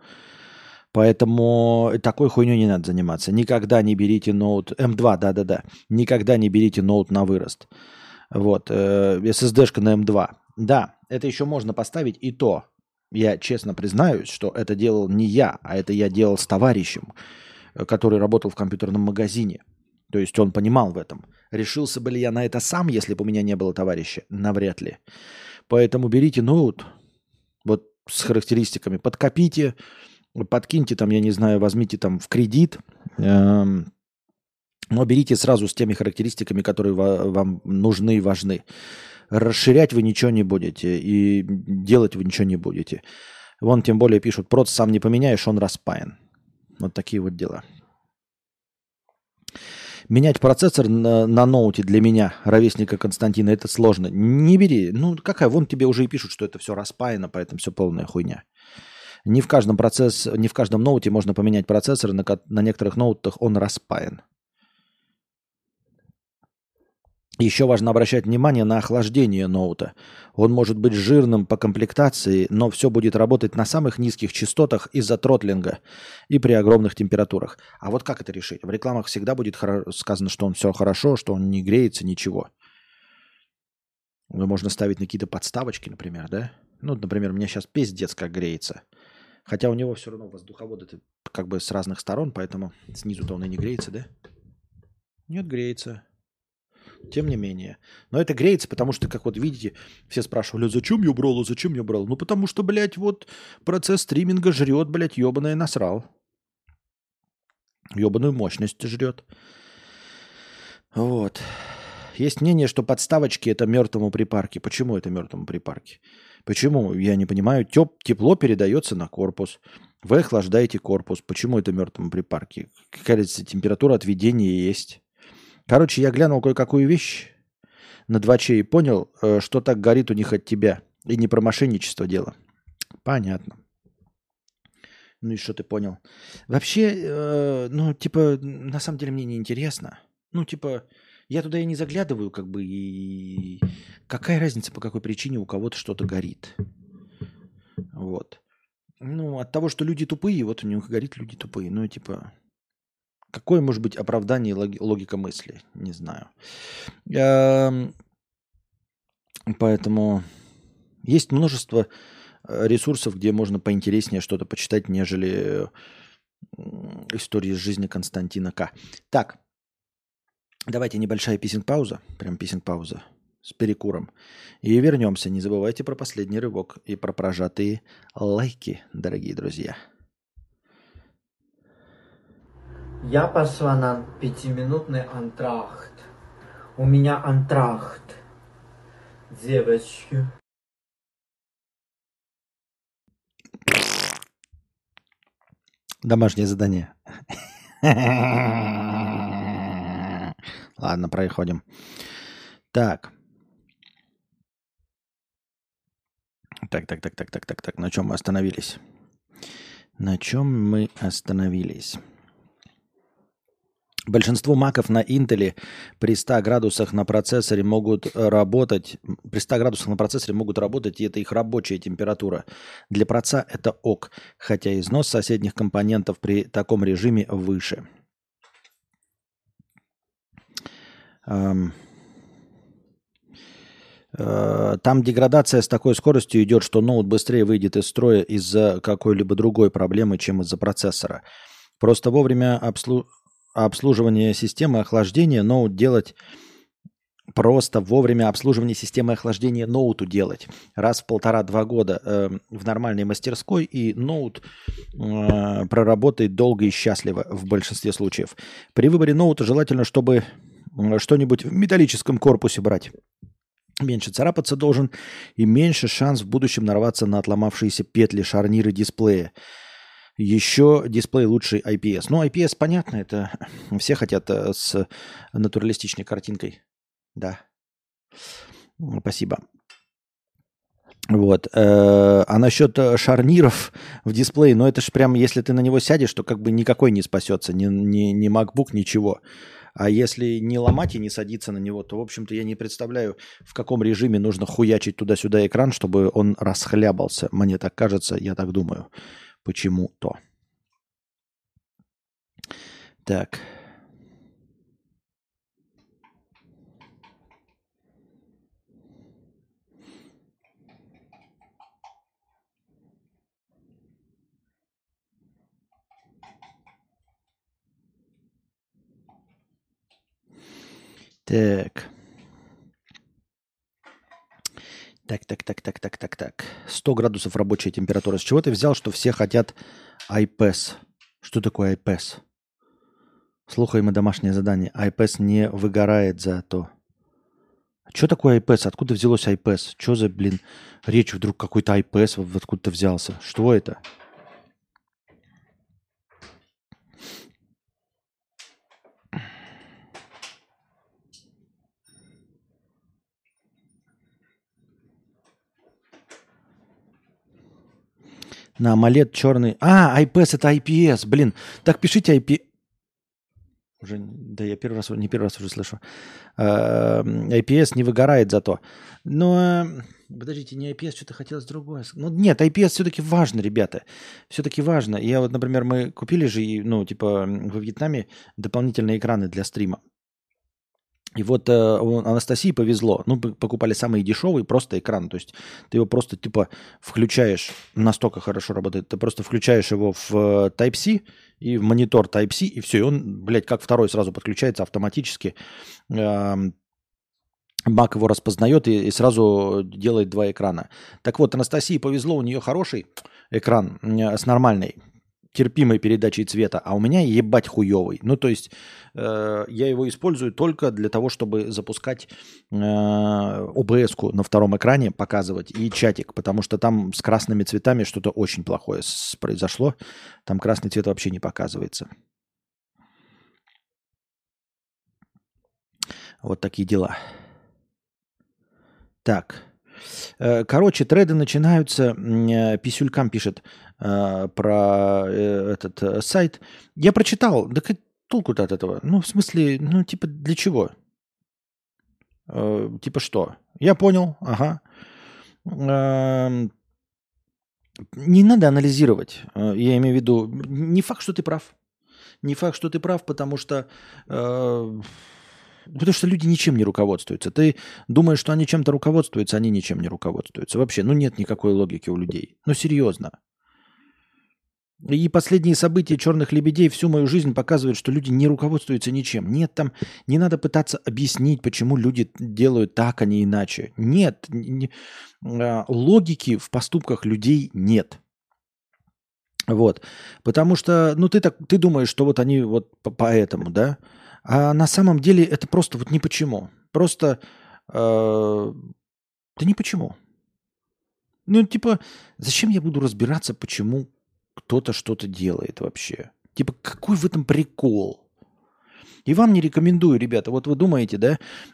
Поэтому такой хуйней не надо заниматься. Никогда не берите ноут... М2, да-да-да. Никогда не берите ноут на вырост. Вот. SSD-шка на М2. Да, это еще можно поставить и то. Я честно признаюсь, что это делал не я, а это я делал с товарищем, который работал в компьютерном магазине. То есть он понимал в этом. Решился бы ли я на это сам, если бы у меня не было товарища? Навряд ли. Поэтому берите ноут, вот с характеристиками, подкопите, подкиньте там, я не знаю, возьмите там в кредит, но берите сразу с теми характеристиками, которые вам нужны и важны. Расширять вы ничего не будете и делать вы ничего не будете. Вон тем более пишут, проц сам не поменяешь, он распаян. Вот такие вот дела. Менять процессор на ноуте для меня, ровесника Константина, это сложно. Не бери. Ну, какая? Вон тебе уже и пишут, что это все распаяно, поэтому все полная хуйня. Не в каждом ноуте можно поменять процессор, на некоторых ноутах он распаян. Еще важно обращать внимание на охлаждение ноута. Он может быть жирным по комплектации, но все будет работать на самых низких частотах из-за тротлинга и при огромных температурах. А вот как это решить? В рекламах всегда будет сказано, что он все хорошо, что он не греется, ничего. Можно ставить на какие-то подставочки, например, да? Ну, например, у меня сейчас пиздец как греется. Хотя у него все равно воздуховод это как бы с разных сторон, поэтому снизу-то он и не греется, да? Нет, греется. Тем не менее. Но это греется, потому что, как вот видите, все спрашивали, зачем я брал, зачем я брал? Ну, потому что, блядь, вот процесс стриминга жрет, блядь, ебаное насрал. Ебаную мощность жрет. Вот. Есть мнение, что подставочки это мертвому припарке. Почему это мертвому припарке? Почему? Я не понимаю. Тепло передается на корпус. Вы охлаждаете корпус. Почему это мертвому припарке? Какая-то температура отведения есть. Короче, я глянул кое-какую вещь на 2Ч и понял, что так горит у них от тебя. И не про мошенничество дело. Понятно. Ну и что ты понял? Вообще, ну, типа, на самом деле мне не интересно. Ну, типа, я туда и не заглядываю, как бы, и какая разница, по какой причине у кого-то что-то горит. Вот. Ну, от того, что люди тупые, вот у них горит, люди тупые. Ну, типа, какое может быть оправдание и логика мысли? Не знаю. Эм, Поэтому есть множество ресурсов, где можно поинтереснее что-то почитать, нежели истории из жизни Константина К. Так, давайте небольшая писинг-пауза, прям писинг-пауза с перекуром. И вернемся. Не забывайте про последний рывок и про прожатые лайки, дорогие друзья. Я пошла на 5-минутный антрахт. У меня антрахт. Девочки. Домашнее задание. Ладно, проходим. Так. Так. На чем мы остановились? На чем мы остановились? Большинство маков на Intel при 100 градусах на процессоре могут работать. При 100 градусах на процессоре могут работать, и это их рабочая температура. Для проца это ок, хотя износ соседних компонентов при таком режиме выше. Там деградация с такой скоростью идет, что ноут быстрее выйдет из строя из-за какой-либо другой проблемы, чем из-за процессора. Просто вовремя обслуживания системы охлаждения ноут делать просто вовремя обслуживания системы охлаждения ноуту делать раз в 1,5-2 года в нормальной мастерской, и ноут проработает долго и счастливо в большинстве случаев. При выборе ноута желательно, чтобы что-нибудь в металлическом корпусе брать. Меньше царапаться должен и меньше шанс в будущем нарваться на отломавшиеся петли, шарниры дисплея. Еще дисплей лучший IPS. Ну, IPS понятно, это все хотят с натуралистичной картинкой. Да. Спасибо. Вот. А насчет шарниров в дисплее, ну это ж прям, если ты на него сядешь, то как бы никакой не спасется, ни MacBook, ничего. А если не ломать и не садиться на него, то, в общем-то, я не представляю, в каком режиме нужно хуячить туда-сюда экран, чтобы он расхлябался. Мне так кажется, я так думаю. Почему-то. Так. Так. Так. 100 градусов рабочая температура. С чего ты взял, что все хотят IPS? Что такое IPS? Слухаем и домашнее задание. IPS не выгорает за то. Что такое IPS? Откуда взялось IPS? Что за, блин, речь вдруг какой-то IPS откуда-то взялся? Что это? На AMOLED черный. А, IPS это IPS, блин. Так пишите IP. Уже, да, я не первый раз уже слышу. IPS не выгорает зато. Но, подождите, не IPS, что-то хотелось другое. Ну, нет, IPS все-таки важно, ребята. Все-таки важно. Я вот, например, мы купили же, ну, типа, во Вьетнаме дополнительные экраны для стрима. И вот Анастасии повезло. Ну, покупали самый дешевый, просто экран. То есть ты его просто типа включаешь, настолько хорошо работает, ты просто включаешь его в Type-C и в монитор Type-C, и все, и он, блядь, как второй сразу подключается автоматически. Mac его распознает и сразу делает два экрана. Так вот, Анастасии повезло, у нее хороший экран с нормальной терпимой передачей цвета, а у меня ебать хуёвый. Ну, то есть я его использую только для того, чтобы запускать OBS-ку на втором экране, показывать, и чатик, потому что там с красными цветами что-то очень плохое произошло. Там красный цвет вообще не показывается. Вот такие дела. Так. Короче, треды начинаются, Писюлькам пишет про этот сайт. Я прочитал, да толку-то от этого? Ну, в смысле, ну, типа, для чего? Типа что? Я понял, ага. Не надо анализировать. Я имею в виду, не факт, что ты прав. Не факт, что ты прав, потому что люди ничем не руководствуются. Ты думаешь, что они чем-то руководствуются, они ничем не руководствуются. Вообще, ну нет никакой логики у людей. Ну серьезно. И последние события черных лебедей всю мою жизнь показывают, что люди не руководствуются ничем. Нет, там не надо пытаться объяснить, почему люди делают так, а не иначе. Нет, логики в поступках людей нет. Вот. Потому что, ну, ты думаешь, что вот они вот поэтому, да? А на самом деле это просто вот ни почему. Просто, да ни почему. Ну, типа, зачем я буду разбираться, почему кто-то что-то делает вообще? Типа, какой в этом прикол? И вам не рекомендую, ребята. Вот вы думаете, да,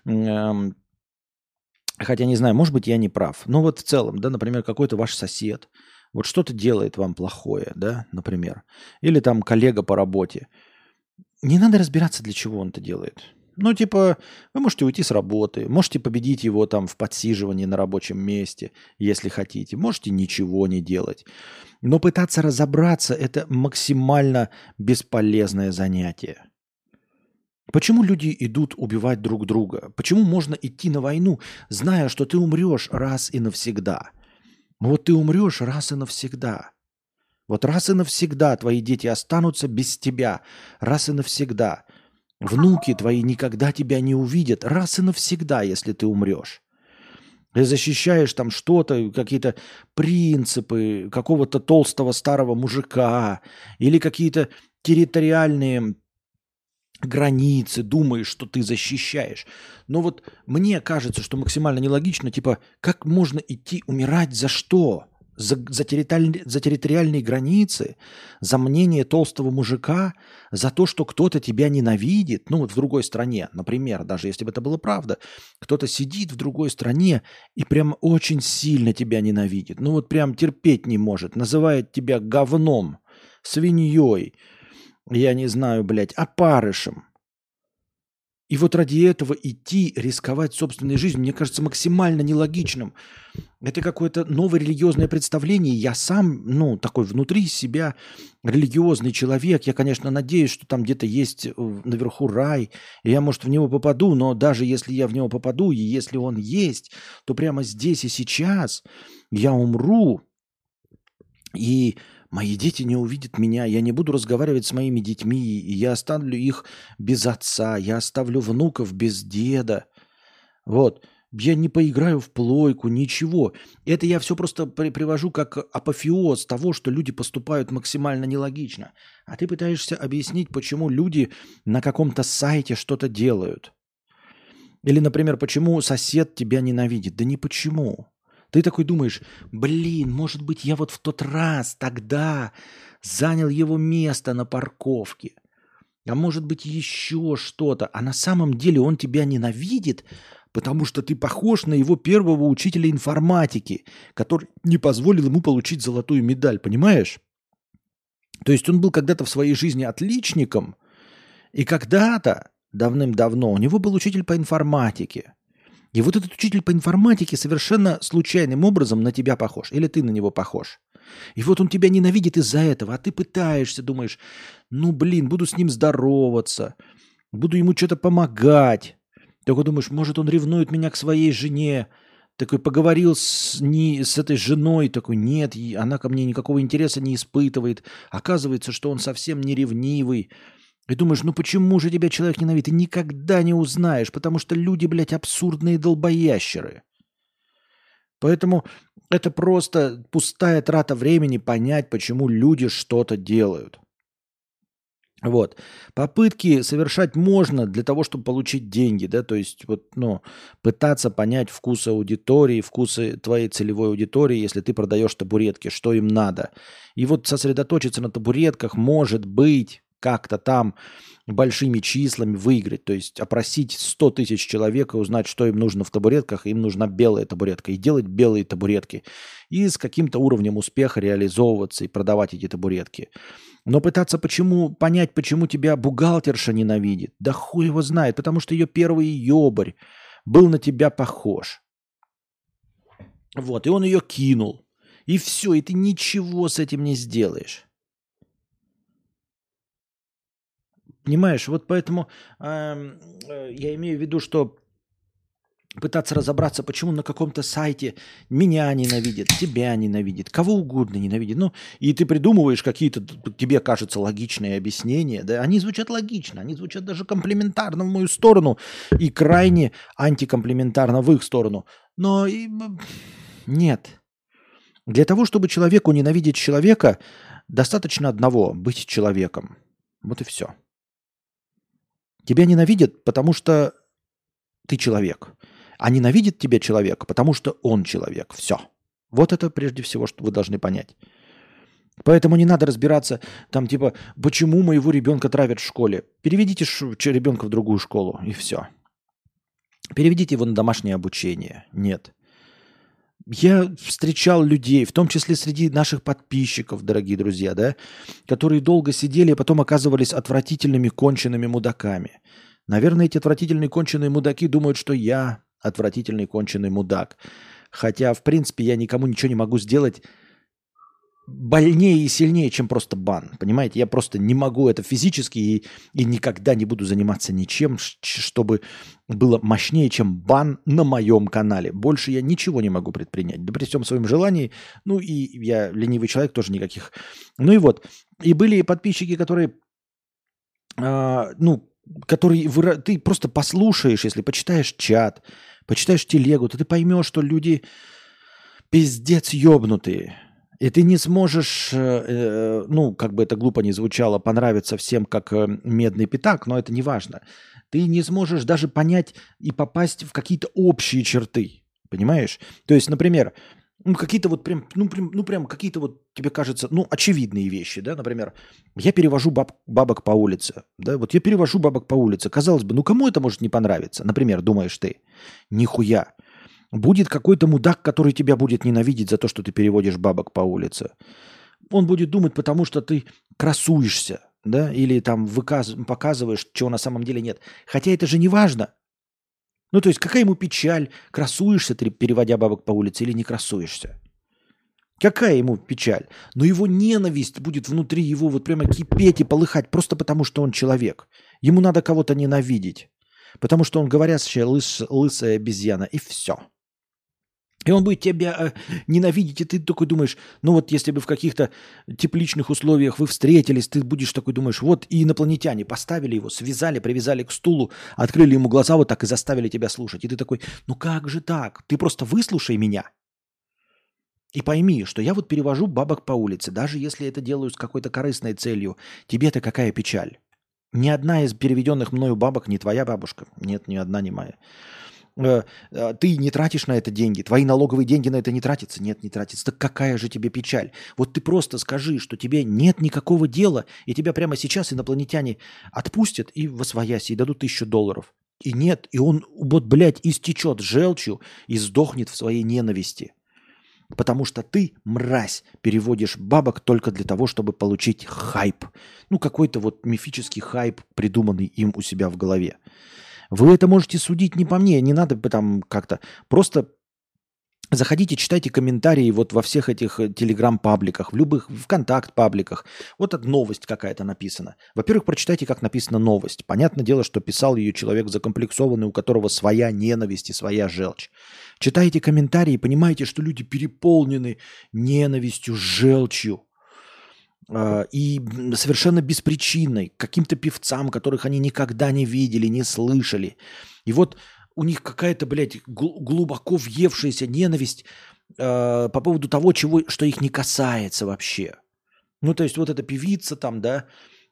хотя не знаю, может быть, я не прав. Но вот в целом, да, например, какой-то ваш сосед вот что-то делает вам плохое, да, например. Или там коллега по работе. Не надо разбираться, для чего он это делает. Ну, типа, вы можете уйти с работы, можете победить его там в подсиживании на рабочем месте, если хотите. Можете ничего не делать. Но пытаться разобраться – это максимально бесполезное занятие. Почему люди идут убивать друг друга? Почему можно идти на войну, зная, что ты умрешь раз и навсегда? Вот ты умрешь раз и навсегда. Вот раз и навсегда твои дети останутся без тебя. Раз и навсегда. Внуки твои никогда тебя не увидят. Раз и навсегда, если ты умрешь. Ты защищаешь там что-то, какие-то принципы какого-то толстого старого мужика или какие-то территориальные границы, думаешь, что ты защищаешь. Но вот мне кажется, что максимально нелогично, типа, как можно идти умирать за что? За территориальные границы, за мнение толстого мужика, за то, что кто-то тебя ненавидит, ну вот в другой стране, например, даже если бы это было правда, кто-то сидит в другой стране и прям очень сильно тебя ненавидит, ну вот прям терпеть не может, называет тебя говном, свиньей, я не знаю, блядь, опарышем. И вот ради этого идти, рисковать собственной жизнью, мне кажется, максимально нелогичным. Это какое-то новое религиозное представление. Я сам, ну, такой внутри себя религиозный человек. Я, конечно, надеюсь, что там где-то есть наверху рай, и я, может, в него попаду, но даже если я в него попаду, и если он есть, то прямо здесь и сейчас я умру, и мои дети не увидят меня, я не буду разговаривать с моими детьми, и я оставлю их без отца, я оставлю внуков без деда. Вот. Я не поиграю в плойку, ничего. Это я все просто привожу как апофеоз того, что люди поступают максимально нелогично. А ты пытаешься объяснить, почему люди на каком-то сайте что-то делают. Или, например, почему сосед тебя ненавидит. Да не почему. Ты такой думаешь, блин, может быть, я вот в тот раз тогда занял его место на парковке. А может быть, еще что-то. А на самом деле он тебя ненавидит, потому что ты похож на его первого учителя информатики, который не позволил ему получить золотую медаль, понимаешь? То есть он был когда-то в своей жизни отличником, и когда-то, давным-давно, у него был учитель по информатике. И вот этот учитель по информатике совершенно случайным образом на тебя похож. Или ты на него похож. И вот он тебя ненавидит из-за этого, а ты пытаешься, думаешь, ну блин, буду с ним здороваться, буду ему что-то помогать. Только думаешь, может он ревнует меня к своей жене. Такой поговорил с этой женой, такой, нет, она ко мне никакого интереса не испытывает. Оказывается, что он совсем не ревнивый. И думаешь, ну почему же тебя человек ненавидит? Ты никогда не узнаешь, потому что люди, блядь, абсурдные долбоящеры. Поэтому это просто пустая трата времени понять, почему люди что-то делают. Вот. Попытки совершать можно для того, чтобы получить деньги, да, то есть вот, ну, пытаться понять вкусы аудитории, вкусы твоей целевой аудитории, если ты продаешь табуретки, что им надо. И вот сосредоточиться на табуретках может быть как-то там большими числами выиграть. То есть опросить 100 тысяч человек и узнать, что им нужно в табуретках. Им нужна белая табуретка. И делать белые табуретки. И с каким-то уровнем успеха реализовываться и продавать эти табуретки. Но пытаться понять, почему тебя бухгалтерша ненавидит, да хуй его знает, потому что ее первый ебарь был на тебя похож. Вот, и он ее кинул. И все, и ты ничего с этим не сделаешь. Понимаешь, вот поэтому я имею в виду, что пытаться разобраться, почему на каком-то сайте меня ненавидят, тебя ненавидят, кого угодно ненавидят. Ну, и ты придумываешь какие-то, тебе кажется, логичные объяснения. Да? Они звучат логично, они звучат даже комплиментарно в мою сторону и крайне антикомплиментарно в их сторону. Но нет. Для того, чтобы человеку ненавидеть человека, достаточно одного – быть человеком. Вот и все. Тебя ненавидят, потому что ты человек. А ненавидит тебя человек, потому что он человек. Все. Вот это прежде всего, что вы должны понять. Поэтому не надо разбираться, там типа, почему моего ребенка травят в школе. Переведите ребенка в другую школу, и все. Переведите его на домашнее обучение. Нет. Я встречал людей, в том числе среди наших подписчиков, дорогие друзья, да, которые долго сидели, а потом оказывались отвратительными конченными мудаками. Наверное, эти отвратительные конченые мудаки думают, что я отвратительный конченый мудак. Хотя, в принципе, я никому ничего не могу сделать больнее и сильнее, чем просто бан. Понимаете, я просто не могу это физически и никогда не буду заниматься ничем, чтобы было мощнее, чем бан на моем канале. Больше я ничего не могу предпринять. Да при всем своем желании. Ну и я ленивый человек, тоже никаких. Ну и вот. И были подписчики, которые, ты просто послушаешь, если почитаешь чат, почитаешь телегу, то ты поймешь, что люди пиздец ёбнутые. И ты не сможешь, как бы это глупо ни звучало, понравиться всем как медный пятак, но это не важно. Ты не сможешь даже понять и попасть в какие-то общие черты, понимаешь? То есть, например, какие-то вот прям какие-то вот тебе кажется, очевидные вещи, да, например, я перевожу бабок по улице, да, вот я перевожу бабок по улице, казалось бы, кому это может не понравиться, например, думаешь ты, нихуя. Будет какой-то мудак, который тебя будет ненавидеть за то, что ты переводишь бабок по улице. Он будет думать, потому что ты красуешься, да, или там показываешь, чего на самом деле нет. Хотя это же не важно. Ну, то есть какая ему печаль, красуешься ты, переводя бабок по улице, или не красуешься? Какая ему печаль? Но его ненависть будет внутри его вот прямо кипеть и полыхать, просто потому что он человек. Ему надо кого-то ненавидеть, потому что он говорящая лысая обезьяна, и все. И он будет тебя ненавидеть, и ты такой думаешь, если бы в каких-то тепличных условиях вы встретились, ты будешь такой думаешь, вот и инопланетяне поставили его, связали, привязали к стулу, открыли ему глаза вот так и заставили тебя слушать. И ты такой, как же так? Ты просто выслушай меня и пойми, что я вот перевожу бабок по улице, даже если это делаю с какой-то корыстной целью, тебе-то какая печаль? Ни одна из переведенных мною бабок не твоя бабушка. Нет, ни одна не моя. Ты не тратишь на это деньги, твои налоговые деньги на это не тратятся. Нет, не тратятся. Так какая же тебе печаль? Вот ты просто скажи, что тебе нет никакого дела, и тебя прямо сейчас инопланетяне отпустят и восвояси, и дадут $1000. И нет, и он, истечет желчью и сдохнет в своей ненависти. Потому что ты, мразь, переводишь бабок только для того, чтобы получить хайп. Какой-то вот мифический хайп, придуманный им у себя в голове. Вы это можете судить не по мне, не надо там как-то. Просто заходите, читайте комментарии вот во всех этих телеграм-пабликах, в любых ВКонтакт-пабликах. Вот эта новость какая-то написана. Во-первых, прочитайте, как написана новость. Понятное дело, что писал ее человек закомплексованный, у которого своя ненависть и своя желчь. Читайте комментарии и понимаете, что люди переполнены ненавистью, желчью. И совершенно беспричинной, каким-то певцам, которых они никогда не видели, не слышали. И вот у них какая-то, глубоко въевшаяся ненависть по поводу того, что их не касается вообще. То есть вот эта певица там, да,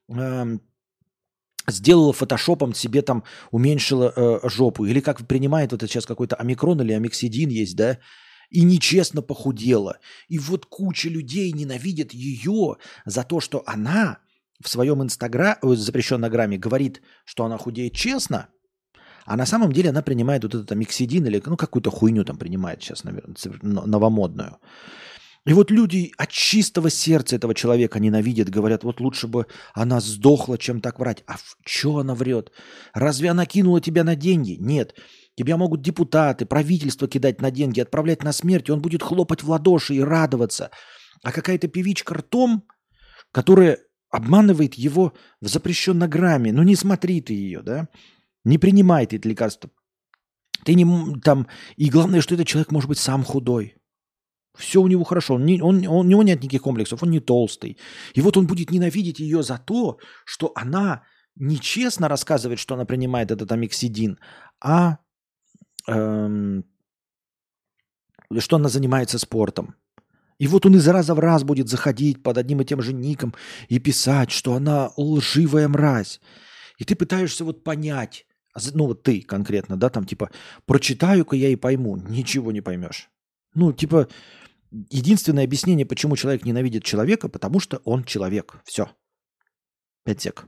сделала фотошопом себе там, уменьшила жопу. Или как принимает вот это сейчас какой-то омикрон или амиксидин есть, да, и нечестно похудела. И вот куча людей ненавидят ее за то, что она в своем запрещенном грамме говорит, что она худеет честно, а на самом деле она принимает вот этот амиксидин или какую-то хуйню там принимает сейчас, наверное, новомодную. И вот люди от чистого сердца этого человека ненавидят, говорят, вот лучше бы она сдохла, чем так врать. А что она врет? Разве она кинула тебя на деньги? Нет. Тебя могут депутаты, правительство кидать на деньги, отправлять на смерть, и он будет хлопать в ладоши и радоваться. А какая-то певичка ртом, которая обманывает его в запрещенном грамме, ну не смотри ты ее, да? Не принимай ты это лекарство. Ты не там... И главное, что этот человек может быть сам худой. Все у него хорошо, у него нет никаких комплексов, он не толстый. И вот он будет ненавидеть ее за то, что она нечестно рассказывает, что она принимает этот амиксидин, а что она занимается спортом. И вот он из раза в раз будет заходить под одним и тем же ником и писать, что она лживая мразь. И ты пытаешься вот понять, ну вот ты конкретно, да, там типа, прочитаю-ка я и пойму, ничего не поймешь. Ну типа... Единственное объяснение, почему человек ненавидит человека, потому что он человек. Все. 5 сек.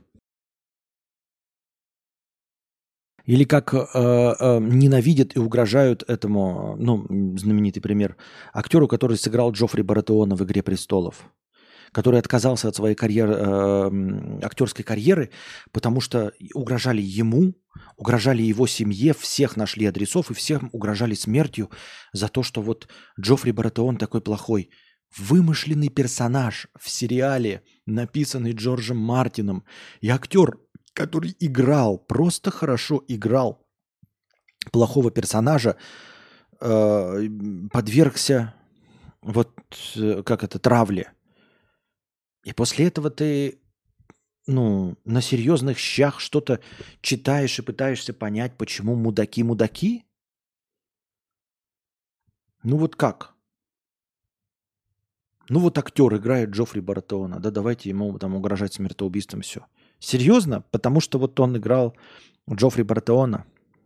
Или как ненавидят и угрожают этому, ну, знаменитый пример, актеру, который сыграл Джоффри Баратеона в «Игре престолов», который отказался от своей актерской карьеры, потому что угрожали ему, угрожали его семье, всех нашли адресов и всем угрожали смертью за то, что вот Джоффри Баратеон такой плохой. Вымышленный персонаж в сериале, написанный Джорджем Мартином. И актер, который играл, просто хорошо играл плохого персонажа, подвергся травле. И после этого ты, на серьезных щах что-то читаешь и пытаешься понять, почему мудаки мудаки? Ну вот как? Ну вот актер играет Джоффри Баратеона, да давайте ему там угрожать смертоубийством, все. Серьезно? Потому что вот он играл Джоффри Баратеона.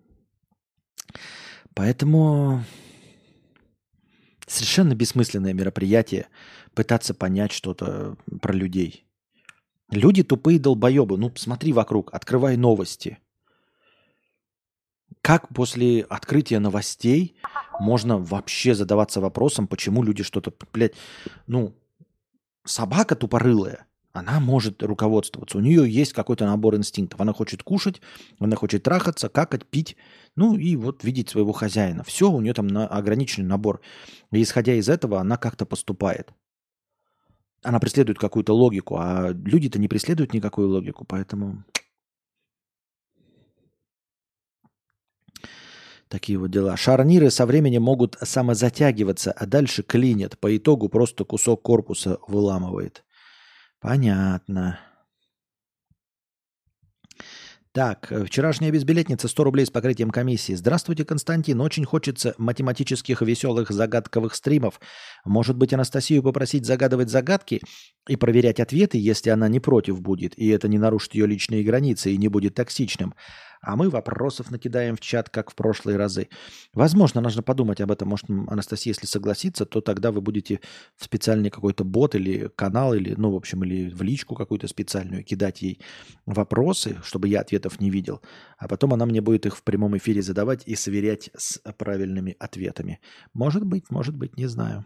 Поэтому совершенно бессмысленное мероприятие пытаться понять что-то про людей. Люди тупые долбоебы. Ну, смотри вокруг, открывай новости. Как после открытия новостей можно вообще задаваться вопросом, почему люди что-то, собака тупорылая, она может руководствоваться. У нее есть какой-то набор инстинктов. Она хочет кушать, она хочет трахаться, какать, пить, и вот видеть своего хозяина. Все, у нее там ограниченный набор. И исходя из этого, она как-то поступает. Она преследует какую-то логику, а люди-то не преследуют никакую логику, поэтому такие вот дела. Шарниры со временем могут самозатягиваться, а дальше клинят. По итогу просто кусок корпуса выламывает. Понятно. Так, вчерашняя безбилетница 100 рублей с покрытием комиссии. Здравствуйте, Константин. Очень хочется математических, веселых, загадковых стримов. Может быть, Анастасию попросить загадывать загадки и проверять ответы, если она не против будет, и это не нарушит ее личные границы и не будет токсичным. А мы вопросов накидаем в чат, как в прошлые разы. Возможно, нужно подумать об этом. Может, Анастасия, если согласится, то тогда вы будете в специальный какой-то бот или канал, или, или в личку какую-то специальную кидать ей вопросы, чтобы я ответов не видел. А потом она мне будет их в прямом эфире задавать и сверять с правильными ответами. Может быть, не знаю.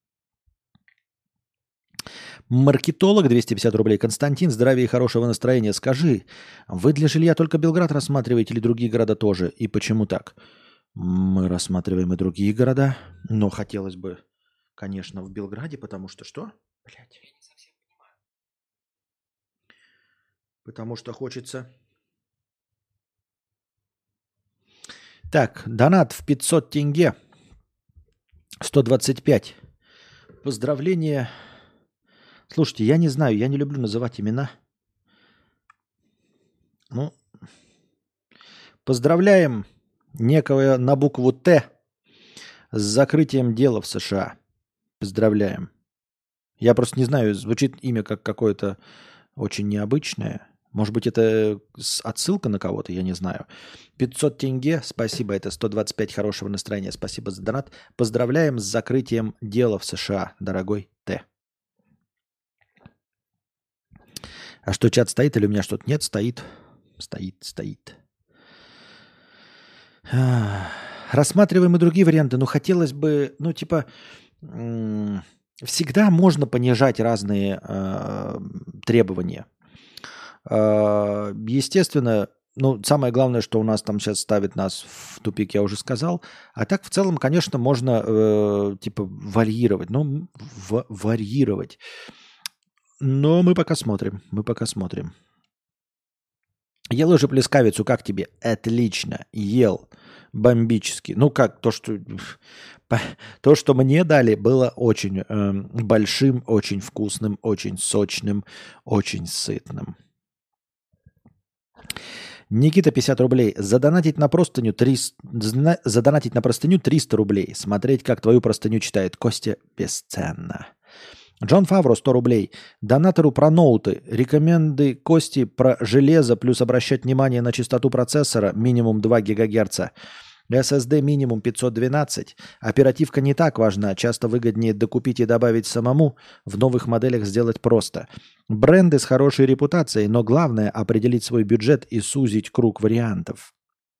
Маркетолог, 250 рублей. Константин, здравия и хорошего настроения. Скажи, вы для жилья только Белград рассматриваете или другие города тоже? И почему так? Мы рассматриваем и другие города, но хотелось бы, конечно, в Белграде, потому что что? Блядь, я не совсем понимаю. Потому что хочется... Так, донат в 500 тенге. 125. Поздравления... Слушайте, я не знаю, я не люблю называть имена. Поздравляем некого на букву Т с закрытием дела в США. Поздравляем. Я просто не знаю, звучит имя как какое-то очень необычное. Может быть, это отсылка на кого-то, я не знаю. 500 тенге, спасибо, это 125 хорошего настроения. Спасибо за донат. Поздравляем с закрытием дела в США, дорогой Т. А что, чат стоит или у меня что-то нет? Стоит. Стоит. Рассматриваем и другие варианты, но хотелось бы, всегда можно понижать разные требования. Естественно, самое главное, что у нас там сейчас ставит нас в тупик, я уже сказал. А так, в целом, конечно, можно, варьировать. Варьировать. Но мы пока смотрим. Ел уже плескавицу, как тебе? Отлично. Ел. Бомбически. То, что мне дали, было очень большим, очень вкусным, очень сочным, очень сытным. Никита, 50 рублей. Задонатить на простыню 300 рублей. Смотреть, как твою простыню читает Костя, бесценно. Джон Фавро, 100 рублей. Донатору про ноуты. Рекоменды Кости про железо плюс обращать внимание на частоту процессора минимум 2 ГГц. SSD минимум 512. Оперативка не так важна. Часто выгоднее докупить и добавить самому. В новых моделях сделать просто. Бренды с хорошей репутацией, но главное определить свой бюджет и сузить круг вариантов.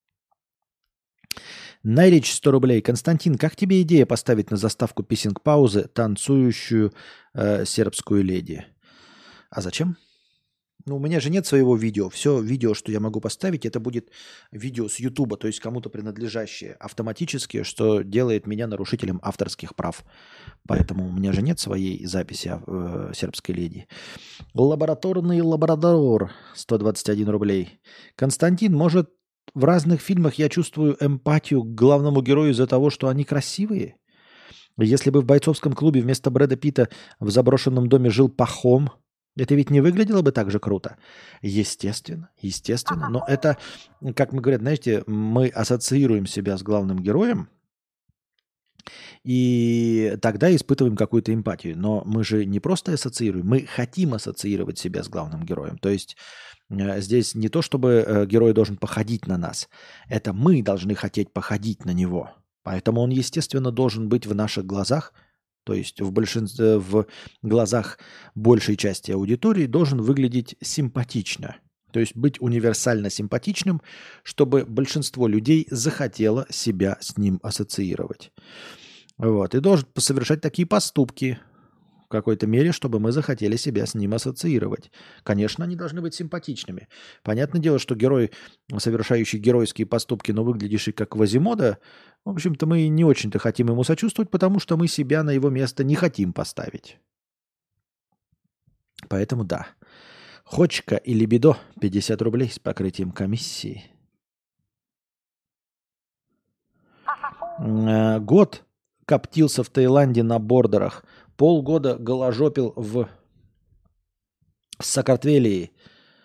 Найрич, 100 рублей. Константин, как тебе идея поставить на заставку писинг-паузы танцующую сербскую леди? А зачем? У меня же нет своего видео. Все видео, что я могу поставить, это будет видео с Ютуба, то есть кому-то принадлежащее автоматически, что делает меня нарушителем авторских прав. Поэтому у меня же нет своей записи сербской леди. Лабораторный лабрадор, 121 рублей. Константин, может, в разных фильмах я чувствую эмпатию к главному герою из-за того, что они красивые? Если бы в бойцовском клубе вместо Брэда Питта в заброшенном доме жил Пахом, это ведь не выглядело бы так же круто? Естественно. Но это, как мы говорим, знаете, мы ассоциируем себя с главным героем, и тогда испытываем какую-то эмпатию. Но мы же не просто ассоциируем, мы хотим ассоциировать себя с главным героем. То есть здесь не то, чтобы герой должен походить на нас. Это мы должны хотеть походить на него. Поэтому он, естественно, должен быть в наших глазах, то есть в глазах большей части аудитории должен выглядеть симпатично. То есть быть универсально симпатичным, чтобы большинство людей захотело себя с ним ассоциировать. И должен совершать такие поступки в какой-то мере, чтобы мы захотели себя с ним ассоциировать. Конечно, они должны быть симпатичными. Понятное дело, что герой, совершающий геройские поступки, но выглядящий как Квазимода, в общем-то, мы не очень-то хотим ему сочувствовать, потому что мы себя на его место не хотим поставить. Поэтому да. Хочка и либидо 50 рублей с покрытием комиссии. Год коптился в Таиланде на бордерах. Полгода голожопил в Саакартвелии.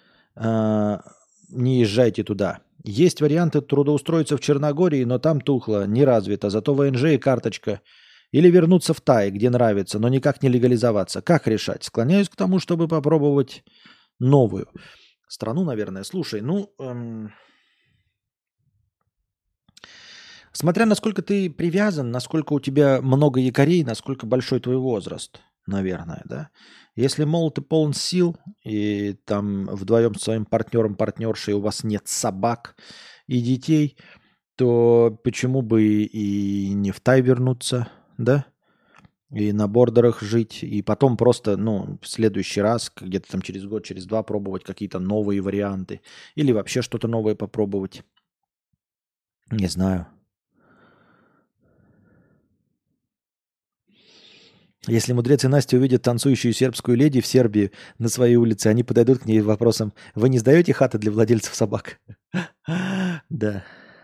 Не езжайте туда. Есть варианты трудоустроиться в Черногории, но там тухло, не развито. Зато ВНЖ и карточка. Или вернуться в Тай, где нравится, но никак не легализоваться. Как решать? Склоняюсь к тому, чтобы попробовать новую страну, наверное. Слушай, смотря насколько ты привязан, насколько у тебя много якорей, насколько большой твой возраст, наверное, да? Если, мол, ты полон сил, и там вдвоем с своим партнером, партнершей у вас нет собак и детей, то почему бы и не в Тай вернуться, да? И на бордерах жить, и потом просто, в следующий раз, где-то там через год, через два пробовать какие-то новые варианты. Или вообще что-то новое попробовать. Не знаю. Если мудрец и Настя увидят танцующую сербскую леди в Сербии на своей улице, они подойдут к ней вопросом: «Вы не сдаете хаты для владельцев собак?» Да.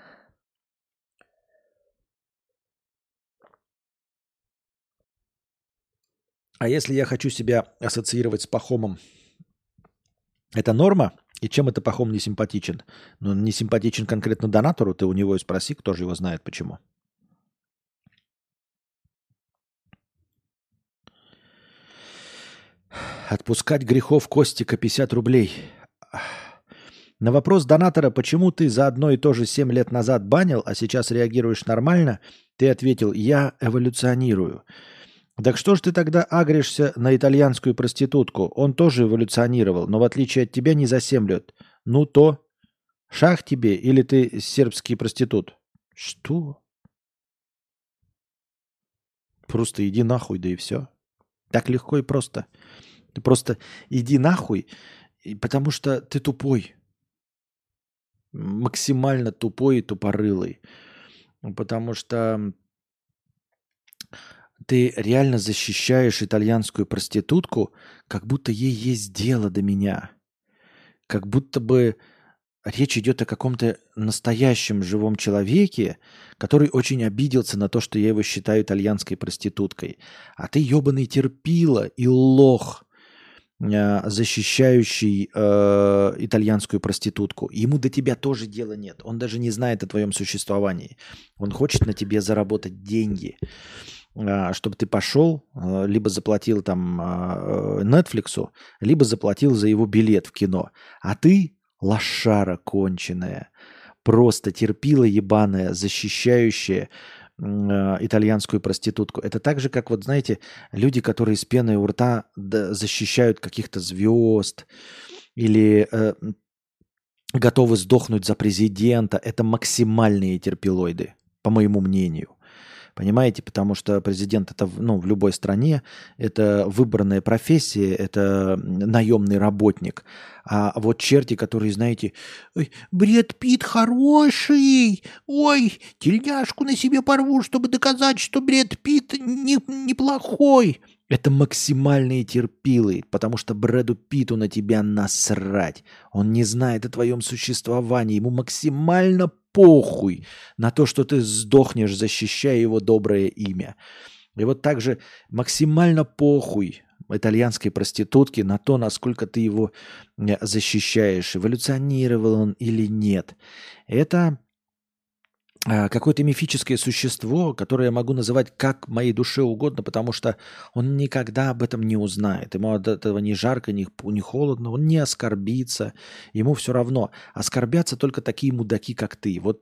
А если я хочу себя ассоциировать с Пахомом, это норма? И чем это Пахом не симпатичен? Он не симпатичен конкретно донатору, ты у него и спроси, кто же его знает почему. Отпускать грехов Костика 50 рублей. На вопрос донатора, почему ты за одно и то же 7 лет назад банил, а сейчас реагируешь нормально, ты ответил: я эволюционирую. Так что ж ты тогда агришься на итальянскую проститутку? Он тоже эволюционировал, но в отличие от тебя не за 7 лет. Ну то, шах тебе или ты сербский проститут? Что? Просто иди нахуй, да и все. Так легко и просто. Ты просто иди нахуй, потому что ты тупой. Максимально тупой и тупорылый. Потому что ты реально защищаешь итальянскую проститутку, как будто ей есть дело до меня. Как будто бы речь идет о каком-то настоящем живом человеке, который очень обиделся на то, что я его считаю итальянской проституткой. А ты ебаный терпила и лох, защищающий итальянскую проститутку. Ему до тебя тоже дела нет. Он даже не знает о твоем существовании. Он хочет на тебе заработать деньги, чтобы ты пошел, либо заплатил там Netflix, либо заплатил за его билет в кино. А ты лошара конченая, просто терпила ебаная, защищающая итальянскую проститутку. Это так же, как вот, знаете, люди, которые с пеной у рта защищают каких-то звезд или готовы сдохнуть за президента. Это максимальные терпилоиды, по моему мнению. Понимаете, потому что президент это, ну, в любой стране, это выбранная профессия, это наемный работник. А вот черти, которые, знаете, ой, Брэд Питт хороший, ой, тельняшку на себе порву, чтобы доказать, что Брэд Питт неплохой. Это максимальные терпилы, потому что Брэду Питту на тебя насрать. Он не знает о твоем существовании, ему максимально похуй на то, что ты сдохнешь, защищая его доброе имя. И вот также максимально похуй итальянской проститутке на то, насколько ты его защищаешь, эволюционировал он или нет. Это какое-то мифическое существо, которое я могу называть как моей душе угодно, потому что он никогда об этом не узнает. Ему от этого ни жарко, ни холодно, он не оскорбится, ему все равно. Оскорбятся только такие мудаки, как ты. Вот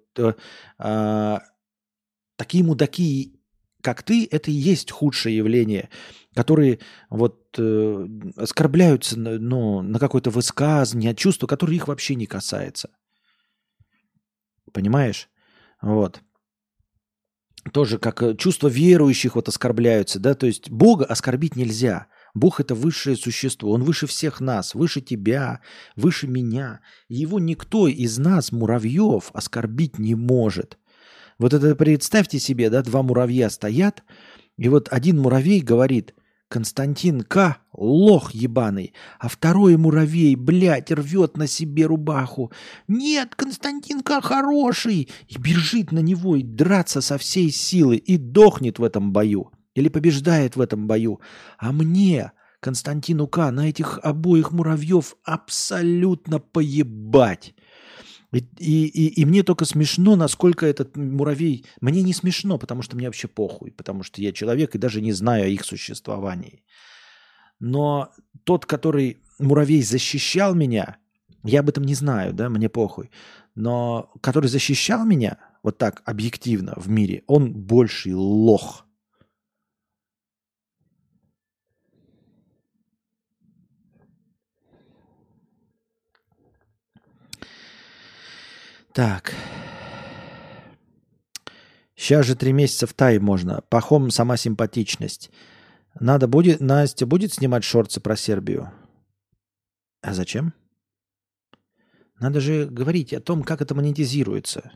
такие мудаки, как ты, это и есть худшее явление, которые вот оскорбляются на какое-то высказывание, чувство, которое их вообще не касается. Понимаешь? Вот. Тоже как чувства верующих вот оскорбляются, да, то есть Бога оскорбить нельзя. Бог – это высшее существо, Он выше всех нас, выше тебя, выше меня. Его никто из нас, муравьев, оскорбить не может. Вот это представьте себе, да, два муравья стоят, и вот один муравей говорит: Константин К. лох ебаный, а второй муравей, блядь, рвет на себе рубаху. Нет, Константин К. хороший. И бежит на него и драться со всей силы, и дохнет в этом бою. Или побеждает в этом бою. А мне, Константину К., на этих обоих муравьев абсолютно поебать. И мне только смешно, насколько этот муравей... Мне не смешно, потому что мне вообще похуй, потому что я человек и даже не знаю о их существовании. Но тот, который муравей защищал меня, я об этом не знаю, да, мне похуй. Но который защищал меня, вот так, объективно в мире, он больший лох. Так. Сейчас же 3 месяца в Тай можно. Пахом сама симпатичность. Надо будет, Настя будет снимать шорты про Сербию? А зачем? Надо же говорить о том, как это монетизируется.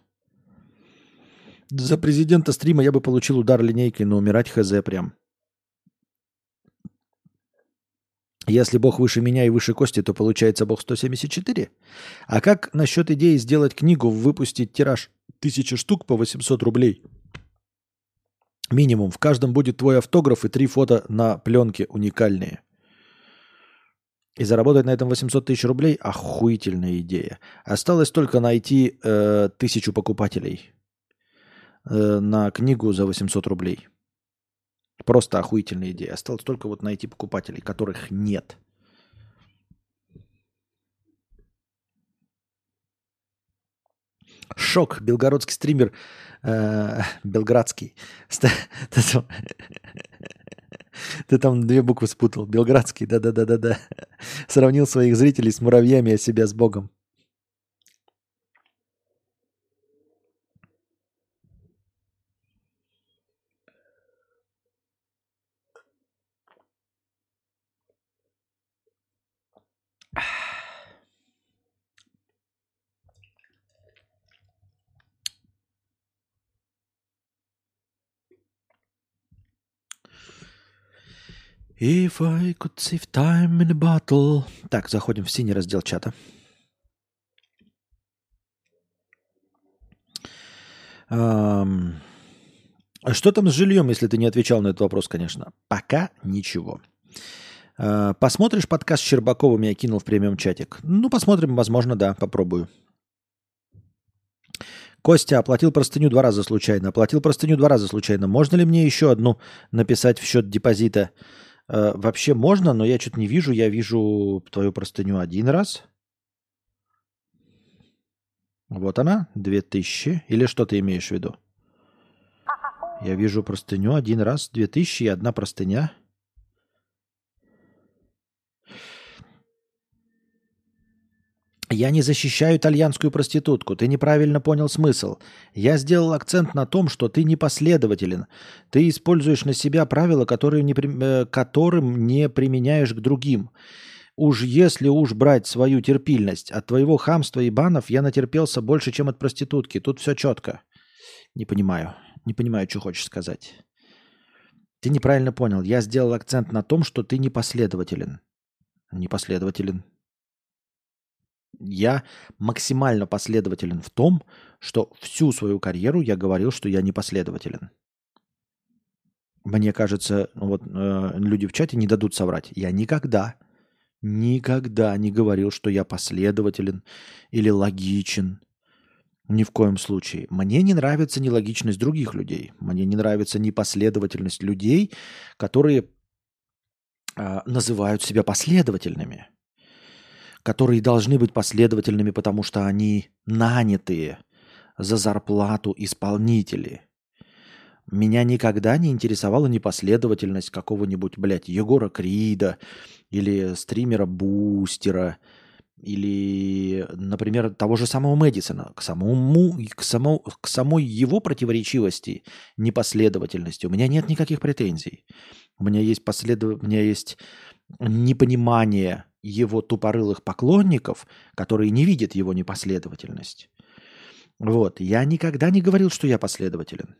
За президента стрима я бы получил удар линейкой, но умирать хз прям. Если Бог выше меня и выше Кости, то получается Бог 174. А как насчет идеи сделать книгу, выпустить тираж 1000 штук по 800 рублей? Минимум. В каждом будет твой автограф и 3 фото на пленке уникальные. И заработать на этом 800 тысяч рублей – охуительная идея. Осталось только найти 1000 покупателей на книгу за 800 рублей. Просто охуительная идея. Осталось только вот найти покупателей, которых нет. Шок. Белгородский стример. Белградский. Ты там две буквы спутал. Белградский, да-да-да-да-да. Сравнил своих зрителей с муравьями, а себя с Богом. If I could save time in a bottle. Так, заходим в синий раздел чата. Что там с жильем, если ты не отвечал на этот вопрос, конечно? Пока ничего. Посмотришь подкаст с Щербаковым, я кинул в премиум чатик? Ну, посмотрим, возможно, да, попробую. Костя, оплатил простыню 2 раза случайно. Оплатил простыню 2 раза случайно. Можно ли мне еще одну написать в счет депозита? Вообще можно, но я что-то не вижу. Я вижу твою простыню 1 раз. Вот она, 2000. Или что ты имеешь в виду? Я вижу простыню 1 раз, 2000 и 1 простыня. Я не защищаю итальянскую проститутку. Ты неправильно понял смысл. Я сделал акцент на том, что ты непоследователен. Ты используешь на себя правила, которым не применяешь к другим. Уж если брать свою терпильность, от твоего хамства и банов я натерпелся больше, чем от проститутки. Тут все четко. Не понимаю. Не понимаю, что хочешь сказать. Ты неправильно понял. Я сделал акцент на том, что ты непоследователен. Непоследователен. Я максимально последователен в том, что всю свою карьеру я говорил, что я непоследователен. Мне кажется, люди в чате не дадут соврать. Я никогда не говорил, что я последователен или логичен. Ни в коем случае. Мне не нравится нелогичность других людей. Мне не нравится непоследовательность людей, которые называют себя последовательными. Которые должны быть последовательными, потому что они нанятые за зарплату исполнители. Меня никогда не интересовала непоследовательность какого-нибудь, Егора Крида или стримера Бустера или, например, того же самого Мэдисона. К самой его противоречивости, непоследовательности у меня нет никаких претензий. У меня есть непонимание его тупорылых поклонников, которые не видят его непоследовательность. Вот. Я никогда не говорил, что я последователен.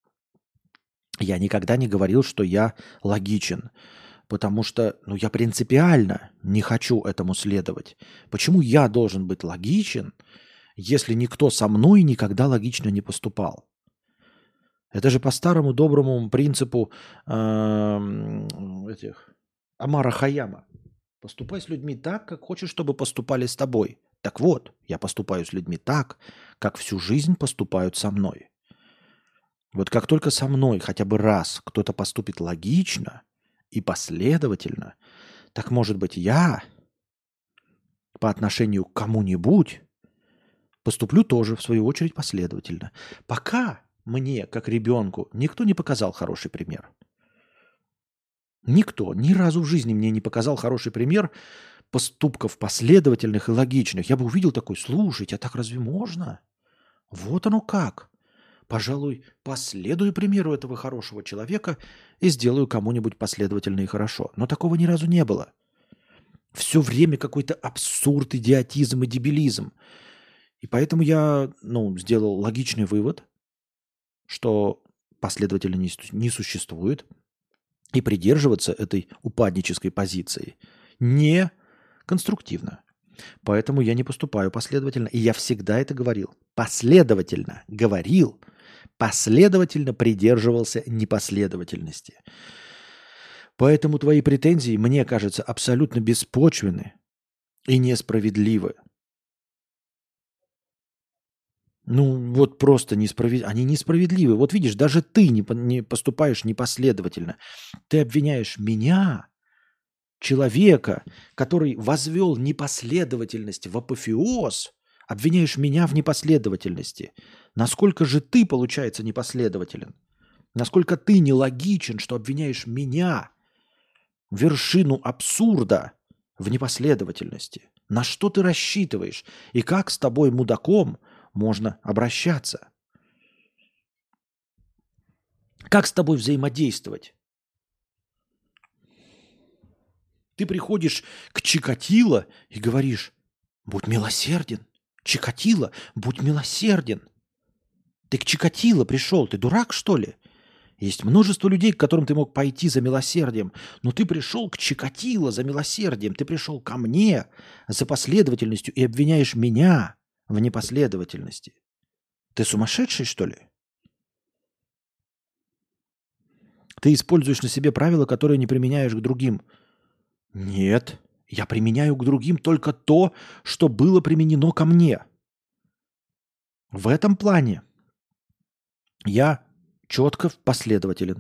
Я никогда не говорил, что я логичен. Потому что я принципиально не хочу этому следовать. Почему я должен быть логичен, если никто со мной никогда логично не поступал? Это же по старому доброму принципу Амара Хаяма. Поступай с людьми так, как хочешь, чтобы поступали с тобой. Так вот, я поступаю с людьми так, как всю жизнь поступают со мной. Вот как только со мной хотя бы раз кто-то поступит логично и последовательно, так, может быть, я по отношению к кому-нибудь поступлю тоже, в свою очередь, последовательно. Пока мне, как ребенку, никто не показал хороший пример. Никто ни разу в жизни мне не показал хороший пример поступков последовательных и логичных. Я бы увидел такой: слушайте, а так разве можно? Вот оно как. Пожалуй, последую примеру этого хорошего человека и сделаю кому-нибудь последовательно и хорошо. Но такого ни разу не было. Все время какой-то абсурд, идиотизм и дебилизм. И поэтому я сделал логичный вывод, что последовательно не существует. И придерживаться этой упаднической позиции не конструктивно. Поэтому я не поступаю последовательно. И я всегда это говорил. Последовательно говорил, последовательно придерживался непоследовательности. Поэтому твои претензии, мне кажется, абсолютно беспочвенны и несправедливы. Просто несправедливы. Они несправедливы. Вот видишь, даже ты не поступаешь непоследовательно. Ты обвиняешь меня, человека, который возвел непоследовательность в апофеоз, обвиняешь меня в непоследовательности. Насколько же ты, получается, непоследователен? Насколько ты нелогичен, что обвиняешь меня вершину абсурда в непоследовательности. На что ты рассчитываешь? И как с тобой, мудаком, можно обращаться? Как с тобой взаимодействовать? Ты приходишь к Чикатило и говоришь: будь милосерден. Чикатило, будь милосерден. Ты к Чикатило пришел, ты дурак, что ли? Есть множество людей, к которым ты мог пойти за милосердием, но ты пришел к Чикатило за милосердием, ты пришел ко мне за последовательностью и обвиняешь меня в непоследовательности. Ты сумасшедший, что ли? Ты используешь на себе правила, которые не применяешь к другим. Нет, я применяю к другим только то, что было применено ко мне. В этом плане я четко последователен.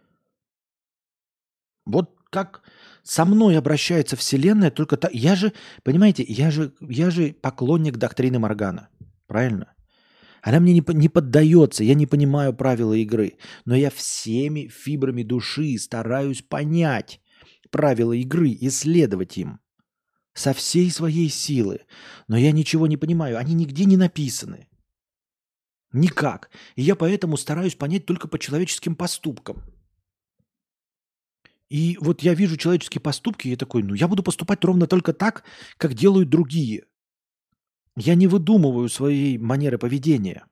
Вот как со мной обращается Вселенная, только так. Я же, понимаете, я же поклонник доктрины Моргана. Правильно? Она мне не поддается, я не понимаю правила игры. Но я всеми фибрами души стараюсь понять правила игры, исследовать им. Со всей своей силы. Но я ничего не понимаю, они нигде не написаны. Никак. И я поэтому стараюсь понять только по человеческим поступкам. И вот я вижу человеческие поступки, и я такой, я буду поступать ровно только так, как делают другие. Я не выдумываю своей манеры поведения.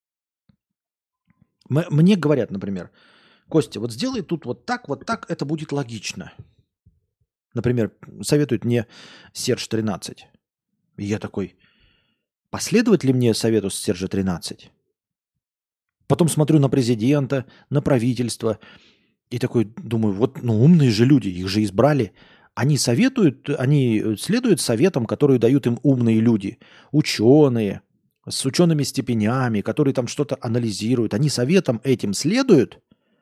Мне говорят, например: Костя, вот сделай тут вот так, это будет логично. Например, советует мне Серж 13. И я такой: последовать ли мне совету с Сержа 13? Потом смотрю на президента, на правительство и такой думаю, умные же люди, их же избрали. Они следуют советам, которые дают им умные люди, ученые, с учеными степенями, которые там что-то анализируют. Они советам этим следуют?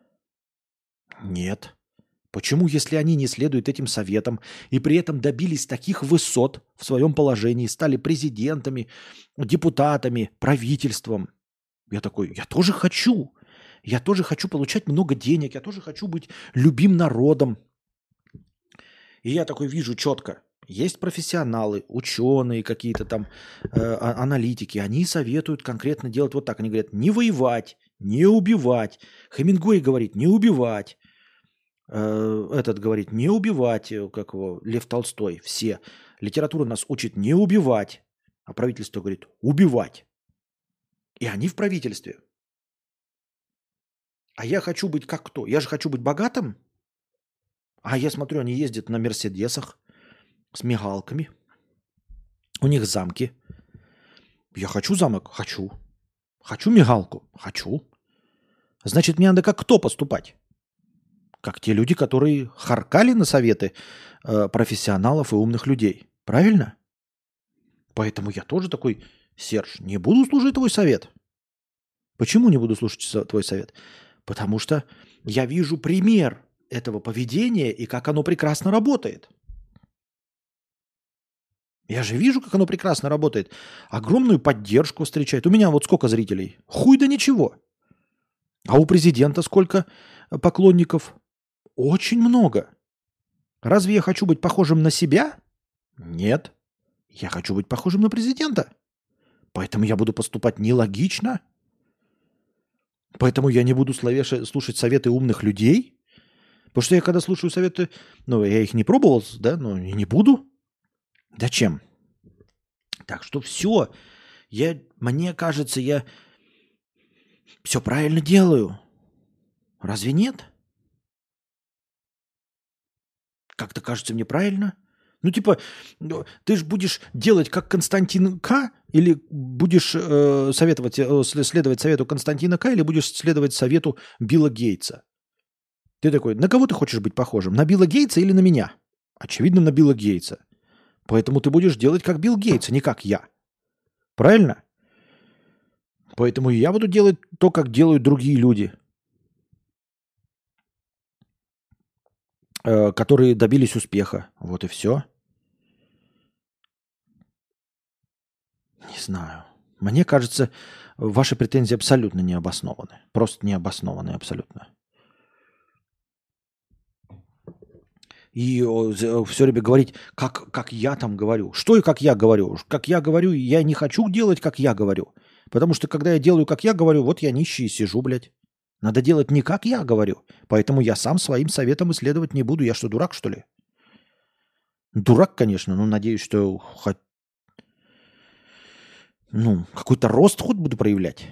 Нет. Почему, если они не следуют этим советам и при этом добились таких высот в своем положении, стали президентами, депутатами, правительством? Я такой, я тоже хочу. Я тоже хочу получать много денег, я тоже хочу быть любим народом. И я такой вижу четко, есть профессионалы, ученые какие-то там, аналитики, они советуют конкретно делать вот так. Они говорят, не воевать, не убивать. Хемингуэй говорит, не убивать. Этот говорит, не убивать, как его, Лев Толстой, все. Литература нас учит не убивать, а правительство говорит убивать. И они в правительстве. А я хочу быть как кто? Я же хочу быть богатым. А я смотрю, они ездят на мерседесах с мигалками. У них замки. Я хочу замок? Хочу. Хочу мигалку? Хочу. Значит, мне надо как кто поступать? Как те люди, которые харкали на советы профессионалов и умных людей. Правильно? Поэтому я тоже такой, Серж, не буду слушать твой совет. Почему не буду слушать твой совет? Потому что я вижу пример этого поведения и как оно прекрасно работает. Я же вижу, как оно прекрасно работает. Огромную поддержку встречает. У меня вот сколько зрителей? Хуй да ничего. А у президента сколько поклонников? Очень много. Разве я хочу быть похожим на себя? Нет. Я хочу быть похожим на президента. Поэтому я буду поступать нелогично. Поэтому я не буду слушать советы умных людей. Потому что я когда слушаю советы, я их не пробовал, да, но и не буду. Зачем? Так что все. Мне кажется, я все правильно делаю. Разве нет? Как-то кажется мне правильно. Ты же будешь делать как Константин К. Или будешь следовать совету Константина К. Или будешь следовать совету Билла Гейтса? Ты такой, на кого ты хочешь быть похожим? На Билла Гейтса или на меня? Очевидно, на Билла Гейтса. Поэтому ты будешь делать как Билл Гейтс, а не как я. Правильно? Поэтому я буду делать то, как делают другие люди, которые добились успеха. Вот и все. Не знаю. Мне кажется, ваши претензии абсолютно не обоснованы. Просто не обоснованы абсолютно. и все время говорить, как я там говорю. Что и как я говорю? Как я говорю, я не хочу делать, как я говорю. Потому что когда я делаю, как я говорю, вот я нищий и сижу, блядь. Надо делать не как я говорю. Поэтому я сам своим советом исследовать не буду. Я что, дурак, что ли? Дурак, конечно, но надеюсь, что хоть, какой-то рост хоть буду проявлять.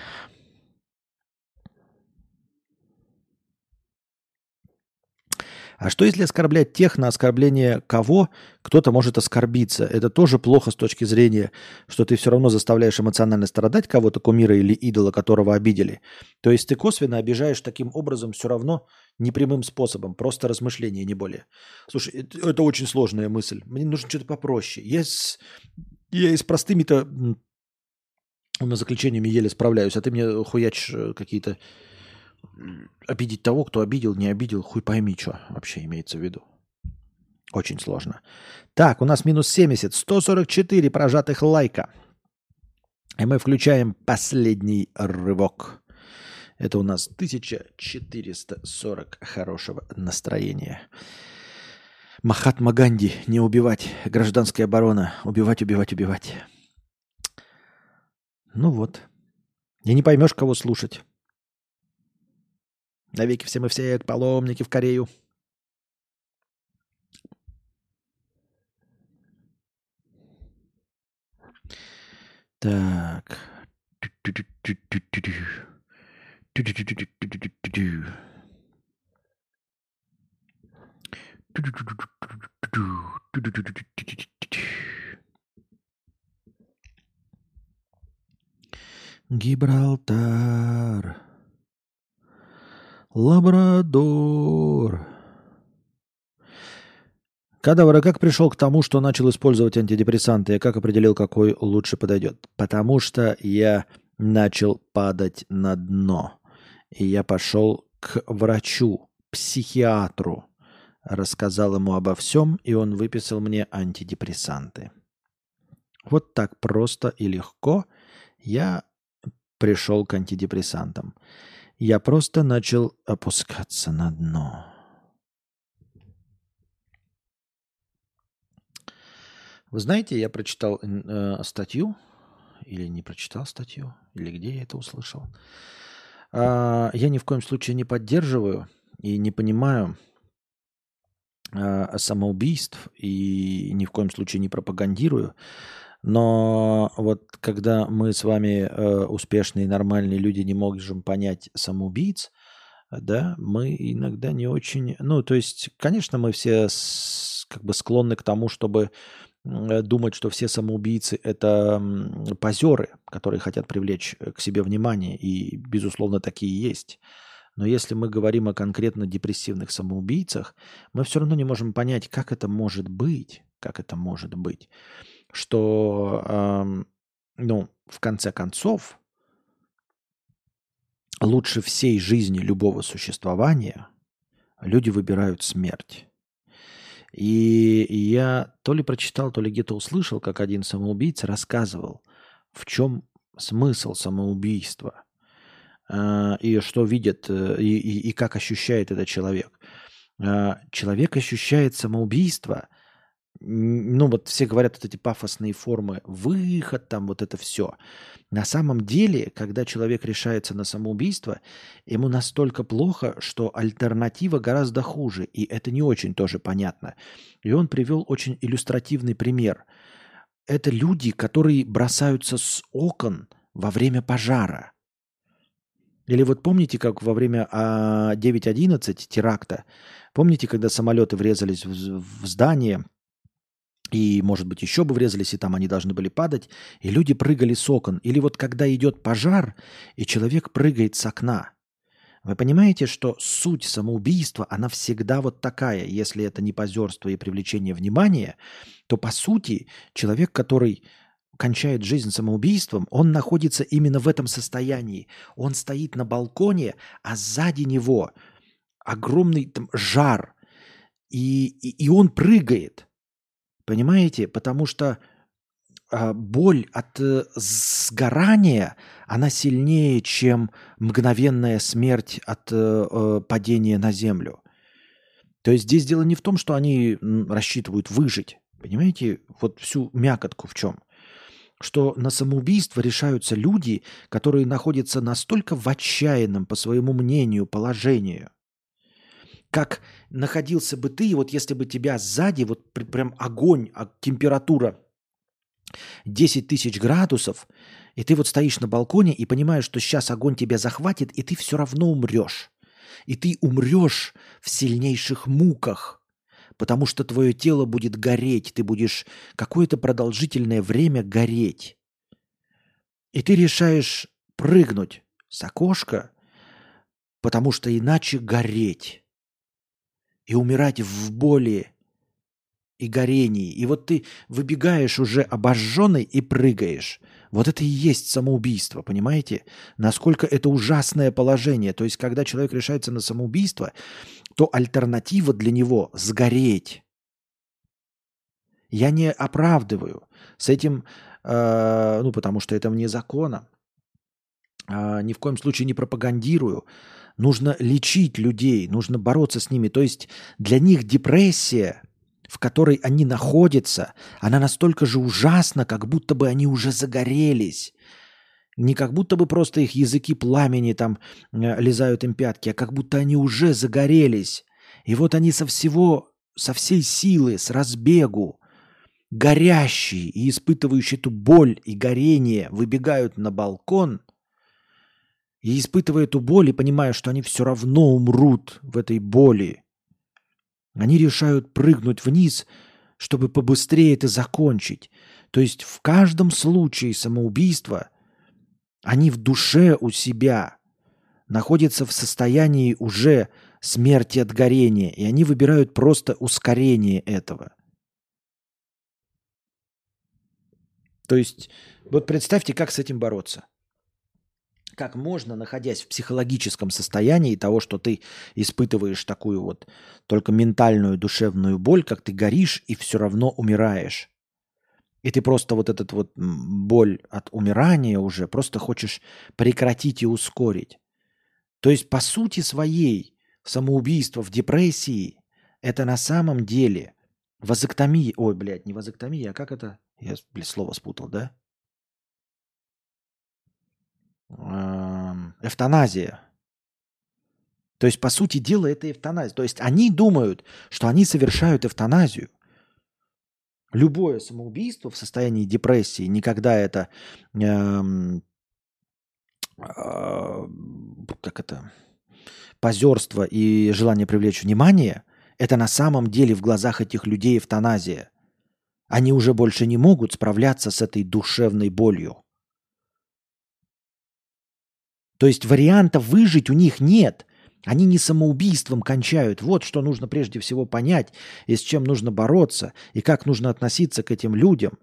А что если оскорблять тех, на оскорбление кого кто-то может оскорбиться? Это тоже плохо с точки зрения, что ты все равно заставляешь эмоционально страдать кого-то, кумира или идола, которого обидели. То есть ты косвенно обижаешь таким образом все равно непрямым способом, просто размышление, не более. Слушай, это очень сложная мысль. Мне нужно что-то попроще. Я с простыми-то заключениями еле справляюсь, а ты мне хуячишь какие-то обидеть того, кто обидел, не обидел, хуй пойми, что вообще имеется в виду. Очень сложно. Так, у нас минус 70, 144 прожатых лайка. И мы включаем последний рывок. Это у нас 1440 хорошего настроения. Махатма Ганди, не убивать. Гражданская оборона. Убивать, убивать, убивать. Ну вот. И не поймешь, кого слушать. Навеки все мы все паломники в Корею. Так. Гибралтар. Лабрадор. Кадавр, как пришел к тому, что начал использовать антидепрессанты, и как определил, какой лучше подойдет? Потому что я начал падать на дно. И я пошел к врачу, психиатру, рассказал ему обо всем, и он выписал мне антидепрессанты. Вот так просто и легко я пришел к антидепрессантам. Я просто начал опускаться на дно. Вы знаете, я прочитал статью, или не прочитал статью, или где я это услышал. Я ни в коем случае не поддерживаю и не понимаю самоубийств, и ни в коем случае не пропагандирую. Но вот когда мы с вами, успешные, нормальные люди, не можем понять самоубийц, да, мы иногда не очень... Ну, то есть, конечно, мы все как бы склонны к тому, чтобы думать, что все самоубийцы – это позеры, которые хотят привлечь к себе внимание, и, безусловно, такие есть. Но если мы говорим о конкретно депрессивных самоубийцах, мы все равно не можем понять, как это может быть, что, в конце концов, лучше всей жизни любого существования люди выбирают смерть. И я то ли прочитал, то ли где-то услышал, как один самоубийца рассказывал, в чем смысл самоубийства, и что видит, и как ощущает этот человек. Человек ощущает самоубийство, вот все говорят вот эти пафосные формы, выход, там вот это все. На самом деле, когда человек решается на самоубийство, ему настолько плохо, что альтернатива гораздо хуже, и это не очень тоже понятно. И он привел очень иллюстративный пример. Это люди, которые бросаются с окон во время пожара. Или вот помните, как во время 9.11 теракта, помните, когда самолеты врезались в здание, и, может быть, еще бы врезались, и там они должны были падать, и люди прыгали с окон. Или вот когда идет пожар, и человек прыгает с окна. Вы понимаете, что суть самоубийства, она всегда вот такая. Если это не позерство и привлечение внимания, то, по сути, человек, который кончает жизнь самоубийством, он находится именно в этом состоянии. Он стоит на балконе, а сзади него огромный там жар, и он прыгает. Понимаете? Потому что боль от сгорания, она сильнее, чем мгновенная смерть от падения на землю. То есть здесь дело не в том, что они рассчитывают выжить. Понимаете, вот всю мякотку в чем? Что на самоубийство решаются люди, которые находятся настолько в отчаянном, по своему мнению, положению, как находился бы ты, вот если бы тебя сзади, вот прям огонь, температура 10 тысяч градусов, и ты вот стоишь на балконе и понимаешь, что сейчас огонь тебя захватит, и ты все равно умрешь. И ты умрешь в сильнейших муках, потому что твое тело будет гореть, ты будешь какое-то продолжительное время гореть. И ты решаешь прыгнуть с окошка, потому что иначе гореть и умирать в боли и горении. И вот ты выбегаешь уже обожженный и прыгаешь. Вот это и есть самоубийство, понимаете? Насколько это ужасное положение. То есть, когда человек решается на самоубийство, то альтернатива для него – сгореть. Я не оправдываю. С этим, потому что это вне закона. Ни в коем случае не пропагандирую. Нужно лечить людей, нужно бороться с ними. То есть для них депрессия, в которой они находятся, она настолько же ужасна, как будто бы они уже загорелись. Не как будто бы просто их языки пламени там лизают им пятки, а как будто они уже загорелись. И вот они со всей силы, с разбегу, горящие и испытывающие эту боль и горение, выбегают на балкон и, испытывая эту боль и понимая, что они все равно умрут в этой боли, они решают прыгнуть вниз, чтобы побыстрее это закончить. То есть в каждом случае самоубийства они в душе у себя находятся в состоянии уже смерти от горения, и они выбирают просто ускорение этого. То есть вот представьте, как с этим бороться. Как можно, находясь в психологическом состоянии того, что ты испытываешь такую вот только ментальную душевную боль, как ты горишь и все равно умираешь. И ты просто вот этот вот боль от умирания уже просто хочешь прекратить и ускорить. То есть по сути своей самоубийство в депрессии – это на самом деле вазоктомия. Ой, блядь, не вазоктомия, а как это? Я, слово спутал, да? Эвтаназия. То есть, по сути дела, это эвтаназия. То есть, они думают, что они совершают эвтаназию. Любое самоубийство в состоянии депрессии, никогда это, позерство и желание привлечь внимание, это на самом деле в глазах этих людей эвтаназия. Они уже больше не могут справляться с этой душевной болью. То есть варианта выжить у них нет. Они не самоубийством кончают. Вот что нужно прежде всего понять, и с чем нужно бороться, и как нужно относиться к этим людям.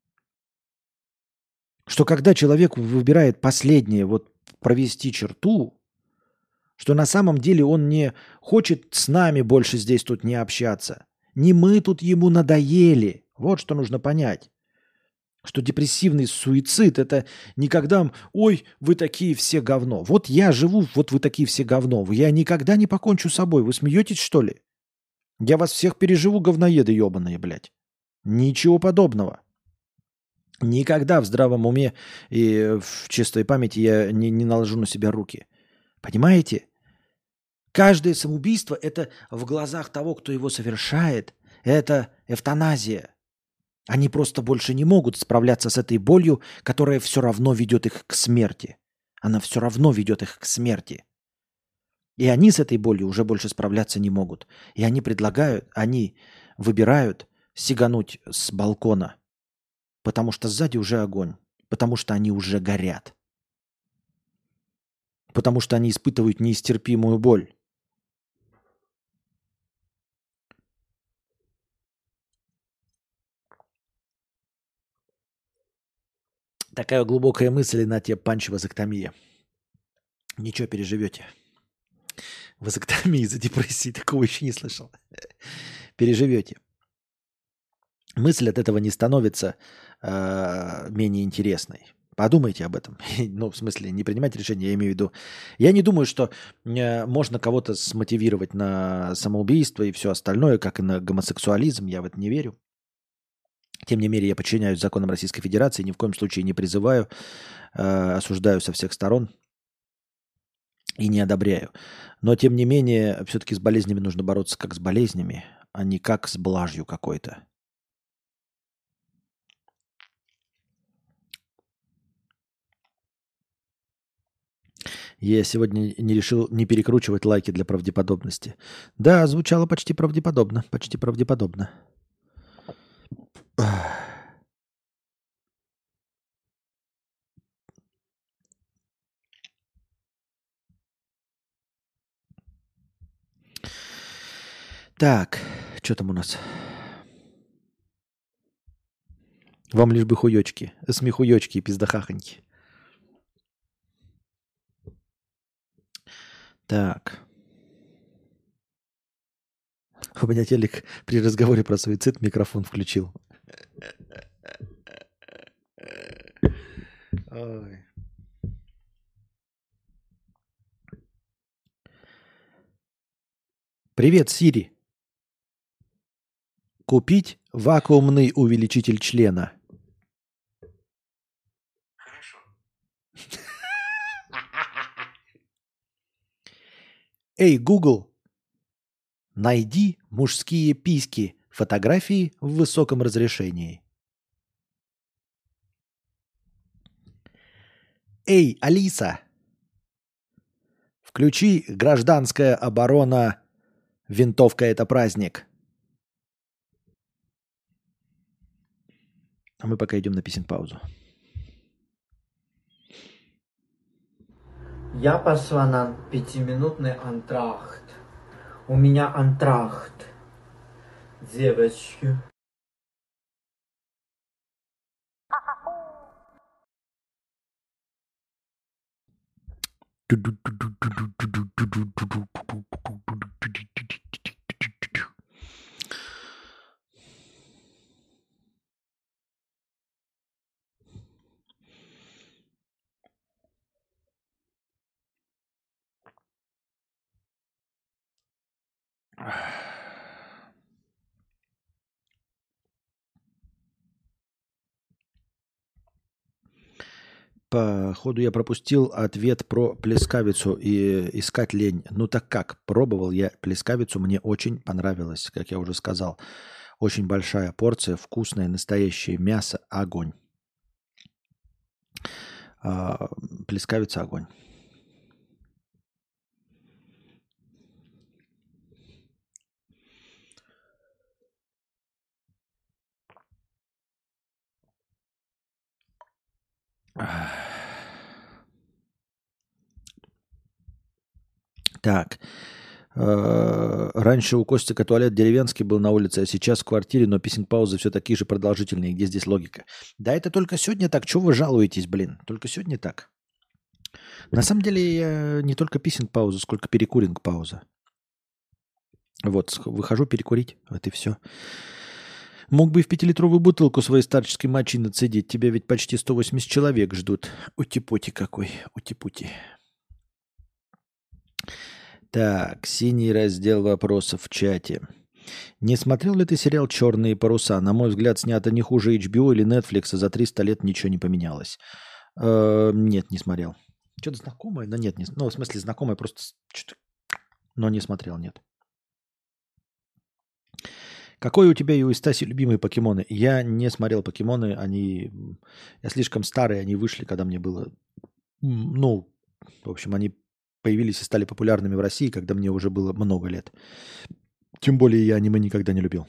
Что когда человек выбирает последнее, вот провести черту, что на самом деле он не хочет с нами больше здесь тут не общаться. Не мы тут ему надоели. Вот что нужно понять. Что депрессивный суицид – это не когда «Ой, вы такие все говно». Вот я живу, вот вы такие все говно. Я никогда не покончу с собой. Вы смеетесь, что ли? Я вас всех переживу, говноеды ебаные, блядь. Ничего подобного. Никогда в здравом уме и в чистой памяти я не наложу на себя руки. Понимаете? Каждое самоубийство – это в глазах того, кто его совершает, это эвтаназия. Они просто больше не могут справляться с этой болью, которая все равно ведет их к смерти. Она все равно ведет их к смерти. И они с этой болью уже больше справляться не могут. И они выбирают сигануть с балкона, потому что сзади уже огонь, потому что они уже горят, потому что они испытывают неистерпимую боль. Такая глубокая мысль на тебе панч вазоктомия. Ничего, переживете. Вазоктомии из-за депрессии такого еще не слышал. Переживете. Мысль от этого не становится менее интересной. Подумайте об этом. Ну, в смысле, не принимайте решение, я имею в виду. Я не думаю, что можно кого-то смотивировать на самоубийство и все остальное, как и на гомосексуализм. Я в это не верю. Тем не менее, я подчиняюсь законам Российской Федерации, ни в коем случае не призываю, осуждаю со всех сторон и не одобряю. Но, тем не менее, все-таки с болезнями нужно бороться как с болезнями, а не как с блажью какой-то. Я сегодня не решил не перекручивать лайки для правдеподобности. Да, звучало почти правдеподобно. Почти правдеподобно. Так, что там у нас? Вам лишь бы хуёчки, смехуёчки и пиздахахоньки. Так. У меня телек при разговоре про суицид микрофон включил. Ой. Привет, Сири. Купить вакуумный увеличитель члена. Хорошо. Эй, Google, найди мужские письки. Фотографии в высоком разрешении. Эй, Алиса, включи «Гражданская оборона. Винтовка – это праздник». А мы пока идем на писинг-паузу. Я пошла на 5-минутный антрахт. У меня антрахт. Девочки. Походу я пропустил ответ про плескавицу и искать лень. Ну так как? Пробовал я плескавицу, мне очень понравилось, как я уже сказал. Очень большая порция, вкусное, настоящее мясо, огонь. Плескавица, огонь. Так. Раньше у Костика туалет деревенский был на улице, а сейчас в квартире, но писинг-паузы все такие же продолжительные. Где здесь логика? Да это только сегодня так. Чего вы жалуетесь, блин? Только сегодня так. На самом деле не только писинг-пауза, сколько перекуринг-пауза. Вот, выхожу перекурить, вот и все. Мог бы и в 5-литровую бутылку своей старческой мочи нацедить. Тебя ведь почти 180 человек ждут. Ути-пути какой, ути-пути. Так, синий раздел вопросов в чате. Не смотрел ли ты сериал «Черные паруса»? На мой взгляд, снято не хуже HBO или Netflix, а за 300 лет ничего не поменялось. Нет, не смотрел. Что-то знакомое, но нет. Ну, в смысле, знакомое, просто что-то... Но не смотрел, нет. Какой у тебя и у Стаси любимые покемоны? Я не смотрел покемоны, они... Я слишком старый, они вышли, когда мне было... Ну, в общем, они появились и стали популярными в России, когда мне уже было много лет. Тем более я аниме никогда не любил.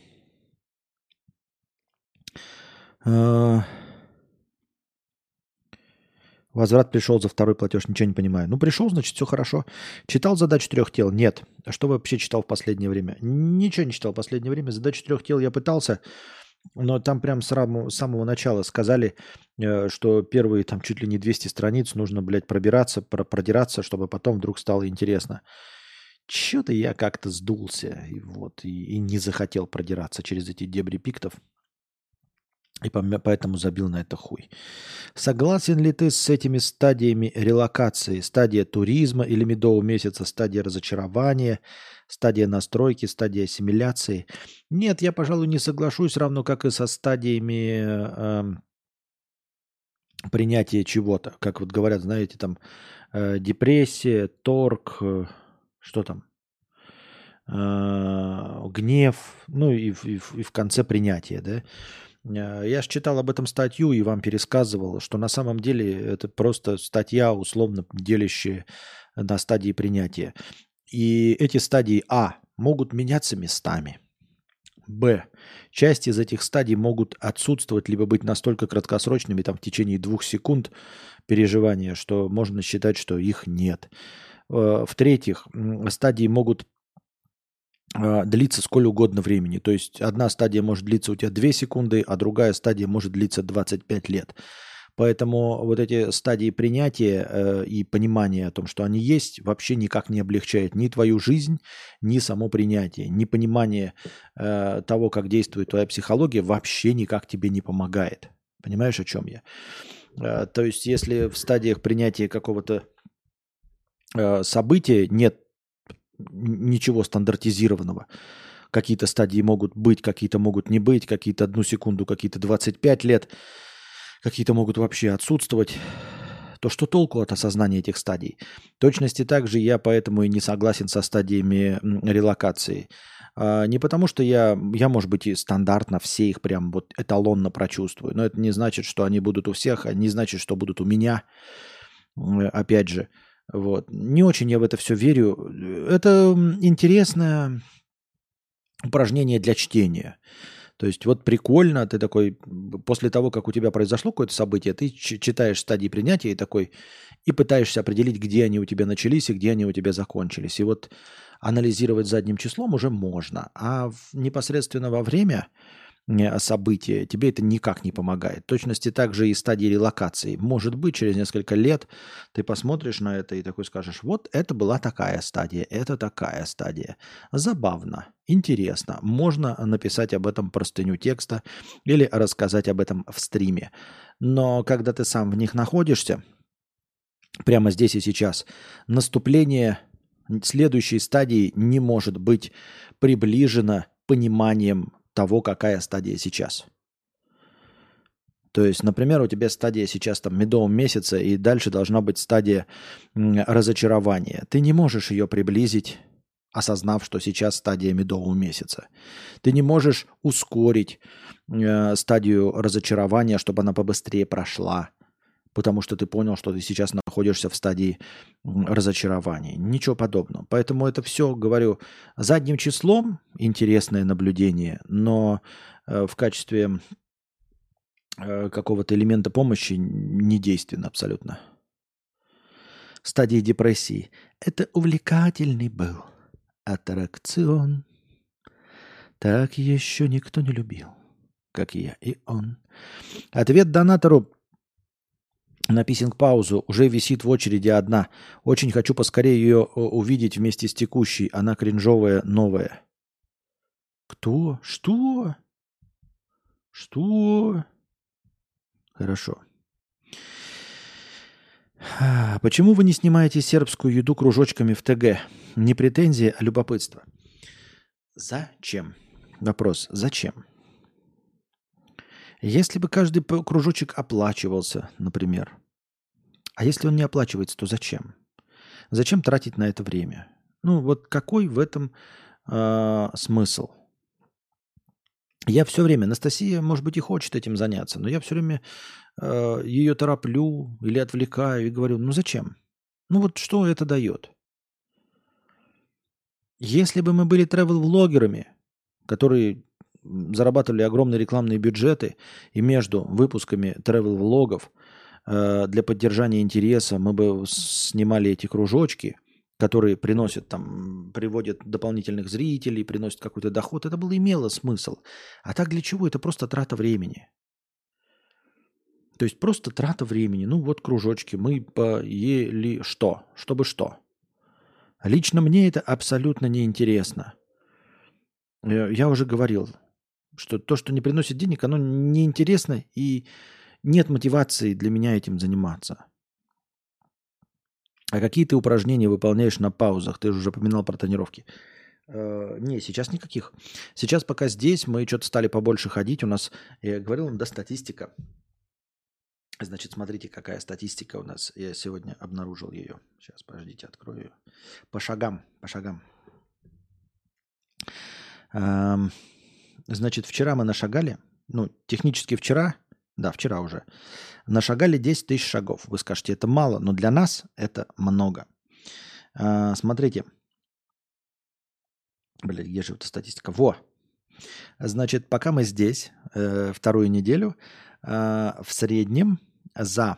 Возврат пришел за второй платеж, ничего не понимаю. Ну, пришел, значит, все хорошо. Читал задачу 3 тел? Нет. А что вообще читал в последнее время? Ничего не читал в последнее время. Задачу 3 тел я пытался, но там прям с самого начала сказали, что первые там чуть ли не 200 страниц нужно, блядь, продираться, чтобы потом вдруг стало интересно. Чё-то я как-то сдулся и не захотел продираться через эти дебри пиктов. И поэтому забил на это хуй. Согласен ли ты с этими стадиями релокации? Стадия туризма или медового месяца, стадия разочарования, стадия настройки, стадия ассимиляции? Нет, я, пожалуй, не соглашусь, равно как и со стадиями принятия чего-то. Как вот говорят, знаете, там депрессия, торг, что там? Гнев, ну и в конце принятия, да? Я же читал об этом статью и вам пересказывал, что на самом деле это просто статья, условно делящая на стадии принятия. И эти стадии могут меняться местами. Часть из этих стадий могут отсутствовать, либо быть настолько краткосрочными, там в течение 2 секунд переживания, что можно считать, что их нет. В-третьих, стадии могут длиться сколь угодно времени. То есть одна стадия может длиться у тебя 2 секунды, а другая стадия может длиться 25 лет. Поэтому вот эти стадии принятия и понимания о том, что они есть, вообще никак не облегчает ни твою жизнь, ни само принятие. Ни понимание того, как действует твоя психология, вообще никак тебе не помогает. Понимаешь, о чем я? То есть если в стадиях принятия какого-то события нет ничего стандартизированного. Какие-то стадии могут быть, какие-то могут не быть, какие-то 1 секунду, какие-то 25 лет, какие-то могут вообще отсутствовать. То что толку от осознания этих стадий? В точности так же я поэтому и не согласен со стадиями релокации. Не потому, что я, может быть, и стандартно все их прям вот эталонно прочувствую, но это не значит, что они будут у всех, а не значит, что будут у меня. Опять же, вот. Не очень я в это все верю. Это интересное упражнение для чтения. То есть вот прикольно, ты такой, после того, как у тебя произошло какое-то событие, ты читаешь стадии принятия и такой, и пытаешься определить, где они у тебя начались и где они у тебя закончились. И вот анализировать задним числом уже можно. А непосредственно во время события, тебе это никак не помогает. В точности также и стадии релокации. Может быть, через несколько лет ты посмотришь на это и такой скажешь, вот это была такая стадия, это такая стадия. Забавно, интересно. Можно написать об этом простыню текста или рассказать об этом в стриме. Но когда ты сам в них находишься, прямо здесь и сейчас, наступление следующей стадии не может быть приближено пониманием того, какая стадия сейчас. То есть, например, у тебя стадия сейчас там медового месяца, и дальше должна быть стадия разочарования. Ты не можешь ее приблизить, осознав, что сейчас стадия медового месяца. Ты не можешь ускорить стадию разочарования, чтобы она побыстрее прошла, потому что ты понял, что ты сейчас находишься в стадии разочарования. Ничего подобного. Поэтому это все, говорю, задним числом интересное наблюдение, но в качестве какого-то элемента помощи не действенно абсолютно. Стадии депрессии. Это увлекательный был аттракцион. Так еще никто не любил, как я и он. Ответ донатору на писинг-паузу уже висит в очереди одна. Очень хочу поскорее ее увидеть вместе с текущей. Она кринжовая, новая. Кто? Что? Что? Хорошо. Почему вы не снимаете сербскую еду кружочками в ТГ? Не претензия, а любопытство. Зачем? Вопрос. Зачем? Если бы каждый кружочек оплачивался, например. А если он не оплачивается, то зачем? Зачем тратить на это время? Ну вот какой в этом смысл? Я все время, Анастасия, может быть, и хочет этим заняться, но я все время ее тороплю или отвлекаю и говорю, ну зачем? Ну вот что это дает? Если бы мы были travel-влогерами, которые зарабатывали огромные рекламные бюджеты, и между выпусками travel-влогов для поддержания интереса мы бы снимали эти кружочки, которые приносят там, приводят дополнительных зрителей, приносят какой-то доход, это было имело смысл. А так для чего? Это просто трата времени. То есть просто трата времени. Ну вот кружочки, мы поели что? Чтобы что? Лично мне это абсолютно неинтересно. Я уже говорил, Что то, что не приносит денег, оно неинтересно и нет мотивации для меня этим заниматься. А какие ты упражнения выполняешь на паузах? Ты же уже упоминал про тренировки. Не, сейчас никаких. Сейчас пока здесь мы что-то стали побольше ходить. У нас, я говорил вам, да, статистика. Значит, смотрите, какая статистика у нас. Я сегодня обнаружил ее. Сейчас, подождите, открою ее. По шагам, по шагам. Значит, вчера мы нашагали, ну, технически вчера, да, вчера уже, нашагали 10 тысяч шагов. Вы скажете, это мало, но для нас это много. Смотрите. Блин, где же эта статистика? Во! Значит, пока мы здесь, вторую неделю, в среднем за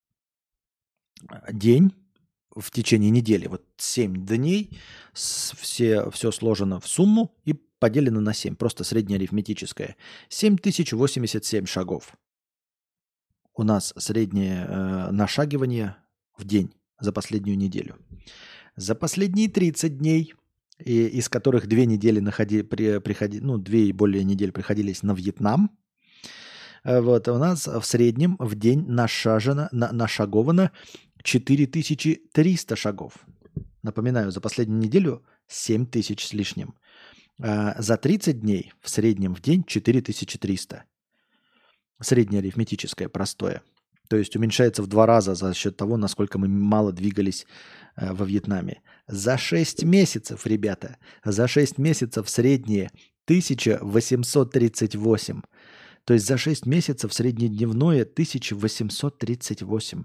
день, в течение недели, вот 7 дней, все сложено в сумму и поделено на 7, просто среднеарифметическое. 7087 шагов. У нас среднее нашагивание в день за последнюю неделю. За последние 30 дней, из которых 2 недели ну, 2 и более недель приходились на Вьетнам, вот, у нас в среднем в день нашаговано 4300 шагов. Напоминаю, за последнюю неделю 7000 с лишним. За 30 дней в среднем в день 4300. Среднее арифметическое, простое. То есть уменьшается в 2 раза за счет того, насколько мы мало двигались во Вьетнаме. За 6 месяцев, ребята, за 6 месяцев среднее 1838. То есть за 6 месяцев среднедневное 1838.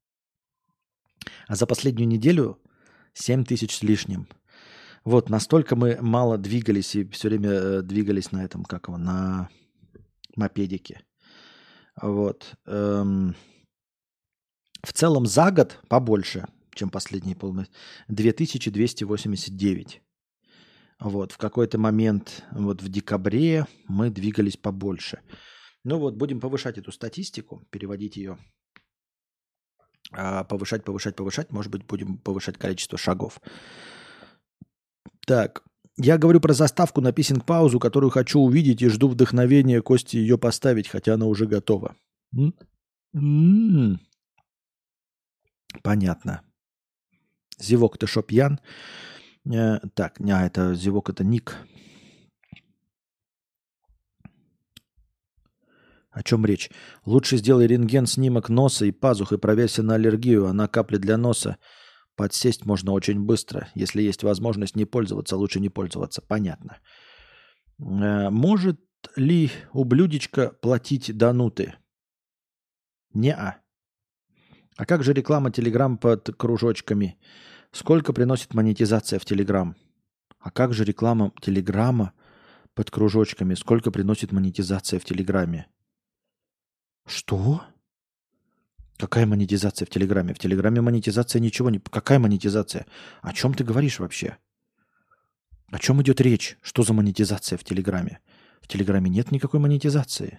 А за последнюю неделю 7000 с лишним. Вот настолько мы мало двигались и все время двигались на этом, как его, на мопедике. Вот. В целом за год побольше, чем последние полмесяца. 2289. Вот. В какой-то момент, вот в декабре, мы двигались побольше. Ну вот, будем повышать эту статистику, переводить ее. Повышать. Может быть, будем повышать количество шагов. Так. Я говорю про заставку на писинг-паузу, которую хочу увидеть и жду вдохновения Кости ее поставить, хотя она уже готова. Понятно. Зевок, ты шо пьян? Так, это Зевок, это ник. О чем речь? Лучше сделай рентген, снимок носа и пазух и проверься на аллергию, а на капли для носа подсесть можно очень быстро. Если есть возможность не пользоваться, лучше не пользоваться. Понятно. Может ли ублюдечка платить донуты? Не-а. А как же реклама Telegram под кружочками? Сколько приносит монетизация в Telegram? А как же реклама Телеграма под кружочками? Сколько приносит монетизация в Телеграме? Что? Какая монетизация в Телеграме? В Телеграме монетизация ничего не... Какая монетизация? О чем ты говоришь вообще? О чем идет речь? Что за монетизация в Телеграме? В Телеграме нет никакой монетизации.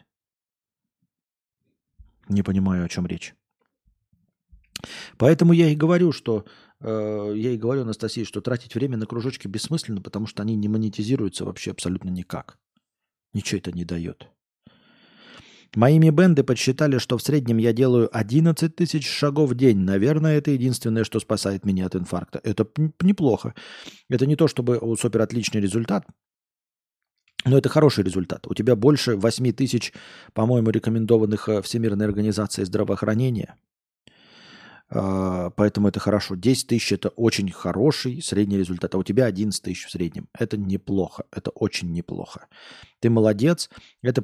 Не понимаю, о чем речь. Поэтому я и говорю, Анастасии, что тратить время на кружочки бессмысленно, потому что они не монетизируются вообще абсолютно никак. Ничего это не дает. Моими бенды подсчитали, что в среднем я делаю 11 тысяч шагов в день. Наверное, это единственное, что спасает меня от инфаркта. Это неплохо. Это не то, чтобы супер отличный результат, но это хороший результат. У тебя больше 8 тысяч, по-моему, рекомендованных Всемирной организацией здравоохранения. Поэтому это хорошо. 10 тысяч – это очень хороший средний результат, а у тебя 11 тысяч в среднем. Это неплохо, это очень неплохо. Ты молодец, это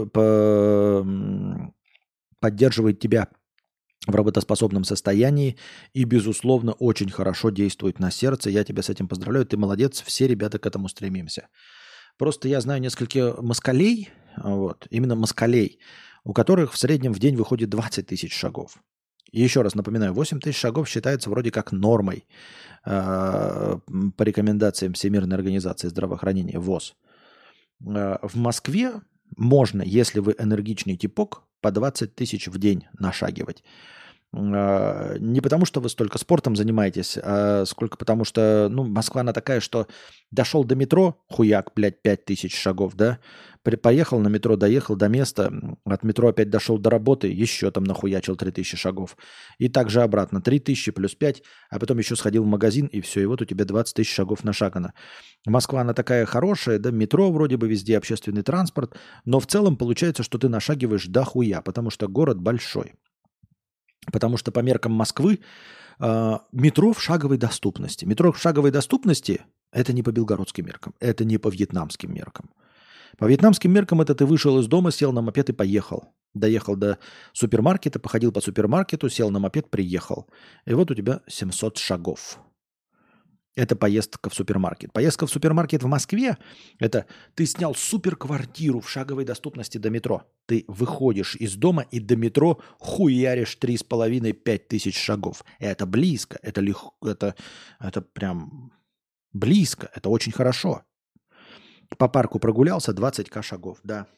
поддерживает тебя в работоспособном состоянии и, безусловно, очень хорошо действует на сердце. Я тебя с этим поздравляю, ты молодец, все ребята к этому стремимся. Просто я знаю несколько москалей, вот, именно москалей, у которых в среднем в день выходит 20 тысяч шагов. И еще раз напоминаю, 8 тысяч шагов считается вроде как нормой по рекомендациям Всемирной организации здравоохранения ВОЗ. В Москве можно, если вы энергичный типок, по 20 тысяч в день нашагивать. Не потому, что вы столько спортом занимаетесь, а сколько потому, что, ну, Москва, она такая, что дошел до метро, хуяк, блядь, 5000 шагов, да, поехал на метро, доехал до места, от метро опять дошел до работы, еще там нахуячил 3000 шагов. И также обратно, 3000 плюс 5, а потом еще сходил в магазин, и все, и вот у тебя 20 тысяч шагов нашагано. Москва, она такая хорошая, да, метро вроде бы везде, общественный транспорт, но в целом получается, что ты нашагиваешь до хуя, потому что город большой. Потому что по меркам Москвы метро в шаговой доступности. Метро в шаговой доступности – это не по белгородским меркам, это не по вьетнамским меркам. По вьетнамским меркам это ты вышел из дома, сел на мопед и поехал. Доехал до супермаркета, походил по супермаркету, сел на мопед, приехал. И вот у тебя 700 шагов. Это поездка в супермаркет. Поездка в супермаркет в Москве – это ты снял суперквартиру в шаговой доступности до метро. Ты выходишь из дома и до метро хуяришь 3,5-5 тысяч шагов. Это близко, это легко, это прям близко, это очень хорошо. По парку прогулялся 20 шагов, да.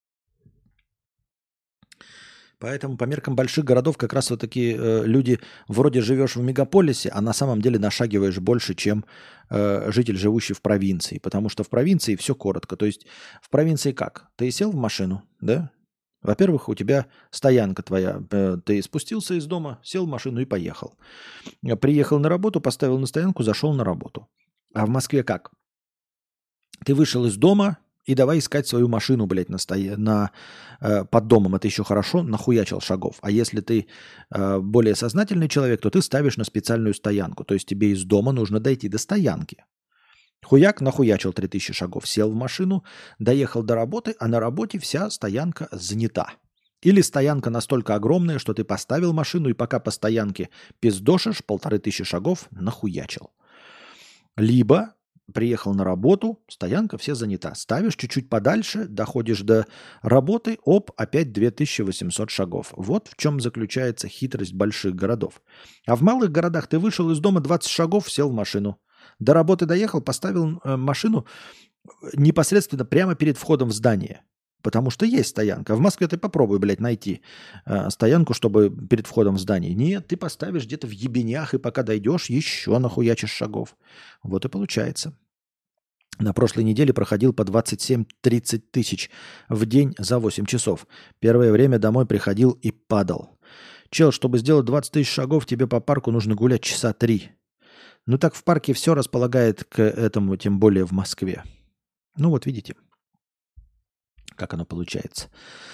Поэтому по меркам больших городов как раз вот такие люди, вроде живешь в мегаполисе, а на самом деле нашагиваешь больше, чем житель, живущий в провинции. Потому что в провинции все коротко. То есть в провинции как? Ты сел в машину, да? Во-первых, у тебя стоянка твоя. Ты спустился из дома, сел в машину и поехал. Приехал на работу, поставил на стоянку, зашел на работу. А в Москве как? Ты вышел из дома, и давай искать свою машину, блядь, под домом. Это еще хорошо, нахуячил шагов. А если ты более сознательный человек, то ты ставишь на специальную стоянку. То есть тебе из дома нужно дойти до стоянки. Хуяк нахуячил 3000 шагов. Сел в машину, доехал до работы, а на работе вся стоянка занята. Или стоянка настолько огромная, что ты поставил машину, и пока по стоянке пиздошишь, 1500 шагов нахуячил. Либо приехал на работу, стоянка все занята. Ставишь чуть-чуть подальше, доходишь до работы, опять 2800 шагов. Вот в чем заключается хитрость больших городов. А в малых городах ты вышел из дома 20 шагов, сел в машину. До работы доехал, поставил машину непосредственно прямо перед входом в здание. Потому что есть стоянка. В Москве ты попробуй, блядь, найти стоянку, чтобы перед входом в здание. Нет, ты поставишь где-то в ебенях, и пока дойдешь, еще нахуячишь шагов. Вот и получается. На прошлой неделе проходил по 27-30 тысяч в день за 8 часов. Первое время домой приходил и падал. Чел, чтобы сделать 20 тысяч шагов, тебе по парку нужно гулять часа 3. Ну так в парке все располагает к этому, тем более в Москве. Ну вот видите, как оно получается.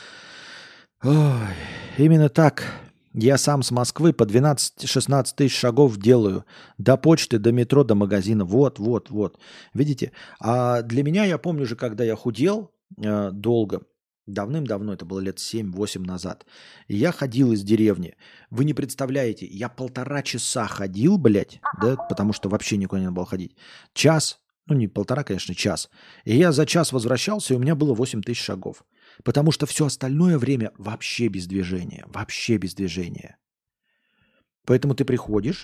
Ой, именно так. Я сам с Москвы по 12-16 тысяч шагов делаю. До почты, до метро, до магазина. Вот. Видите? А для меня, я помню же, когда я худел долго, давным-давно, это было лет 7-8 назад, и я ходил из деревни. Вы не представляете, я 1,5 часа ходил, блядь, да, потому что вообще никуда не надо было ходить. Час, ну не 1,5, конечно, час. И я за час возвращался, и у меня было 8 тысяч шагов. Потому что все остальное время вообще без движения. Вообще без движения. Поэтому ты приходишь,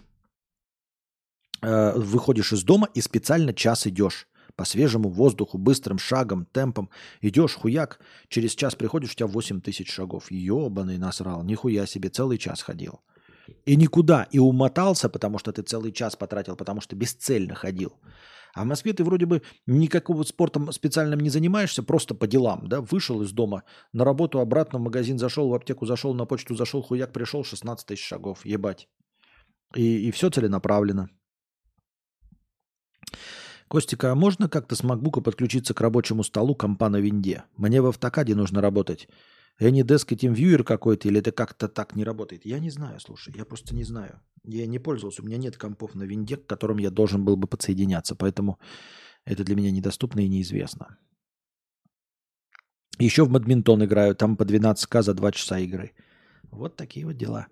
выходишь из дома и специально час идешь. По свежему воздуху, быстрым шагом, темпом. Идешь, хуяк, через час приходишь, у тебя 8 тысяч шагов. Ебаный насрал, нихуя себе, целый час ходил. И никуда, и умотался, потому что ты целый час потратил, потому что бесцельно ходил. А в Москве ты вроде бы никакого спортом специальным не занимаешься, просто по делам, да, вышел из дома, на работу, обратно в магазин зашел, в аптеку зашел, на почту зашел, хуяк пришел, 16 тысяч шагов, ебать. И все целенаправленно. Костика, а можно как-то с макбука подключиться к рабочему столу компа на винде? Мне в автокаде нужно работать. AnyDesk и TeamViewer какой-то, или это как-то так не работает? Я не знаю, слушай, я просто не знаю. Я не пользовался, у меня нет компов на винде, к которым я должен был бы подсоединяться, поэтому это для меня недоступно и неизвестно. Еще в бадминтон играю, там по 12к за 2 часа игры. Вот такие вот дела.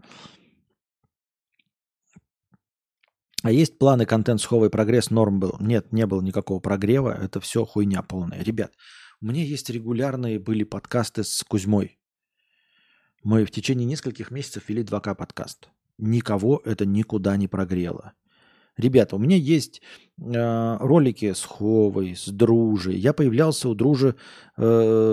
А есть планы контент-сховый прогресс норм был? Нет, не было никакого прогрева, это все хуйня полная. Ребят, у меня есть регулярные были подкасты с Кузьмой. Мы в течение нескольких месяцев вели 2К подкаст. Никого это никуда не прогрело. Ребята, у меня есть ролики с Ховой, с Дружей. Я появлялся у Дружи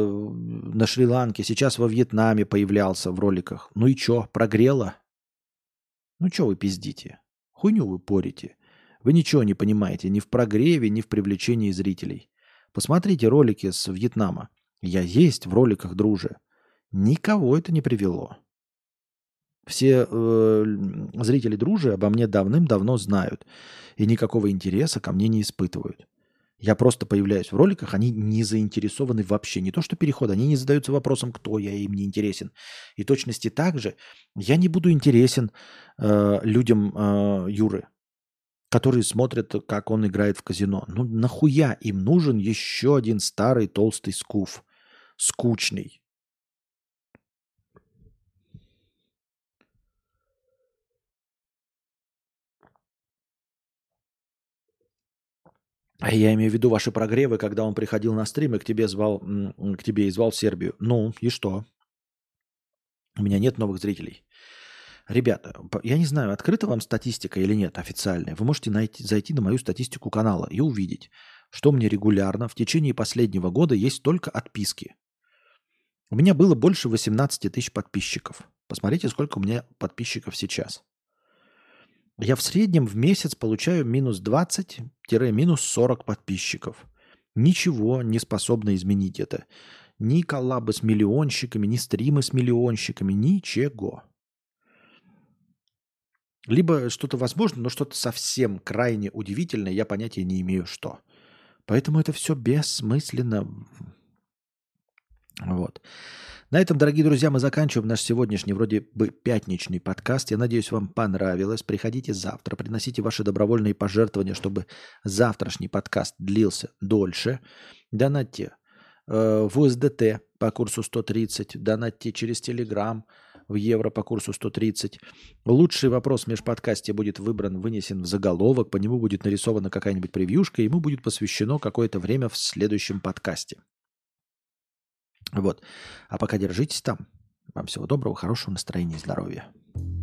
на Шри-Ланке, сейчас во Вьетнаме появлялся в роликах. Ну и чё, прогрело? Ну, что вы пиздите? Хуйню вы порите. Вы ничего не понимаете ни в прогреве, ни в привлечении зрителей. Посмотрите ролики с Вьетнама. Я есть в роликах, друже. Никого это не привело. Все зрители дружи обо мне давным-давно знают. И никакого интереса ко мне не испытывают. Я просто появляюсь в роликах, они не заинтересованы вообще. Не то что переход, они не задаются вопросом, кто я, им не интересен. И точности так же я не буду интересен людям Юры, которые смотрят, как он играет в казино. Ну нахуя им нужен еще один старый толстый скуф? Скучный. А я имею в виду ваши прогревы, когда он приходил на стрим и к тебе и звал в Сербию. Ну, и что? У меня нет новых зрителей. Ребята, я не знаю, открыта вам статистика или нет официальная. Вы можете зайти на мою статистику канала и увидеть, что мне регулярно в течение последнего года есть только отписки. У меня было больше 18 тысяч подписчиков. Посмотрите, сколько у меня подписчиков сейчас. Я в среднем в месяц получаю минус 20-минус 40 подписчиков. Ничего не способно изменить это. Ни коллабы с миллионщиками, ни стримы с миллионщиками, ничего. Либо что-то возможно, но что-то совсем крайне удивительное, я понятия не имею, что. Поэтому это все бессмысленно. Вот. На этом, дорогие друзья, мы заканчиваем наш сегодняшний вроде бы пятничный подкаст. Я надеюсь, вам понравилось. Приходите завтра, приносите ваши добровольные пожертвования, чтобы завтрашний подкаст длился дольше. Донатьте в USDT по курсу 130, донатьте через Telegram в евро по курсу 130. Лучший вопрос в межподкасте будет выбран, вынесен в заголовок, по нему будет нарисована какая-нибудь превьюшка, и ему будет посвящено какое-то время в следующем подкасте. Вот. А пока держитесь там. Вам всего доброго, хорошего настроения и здоровья.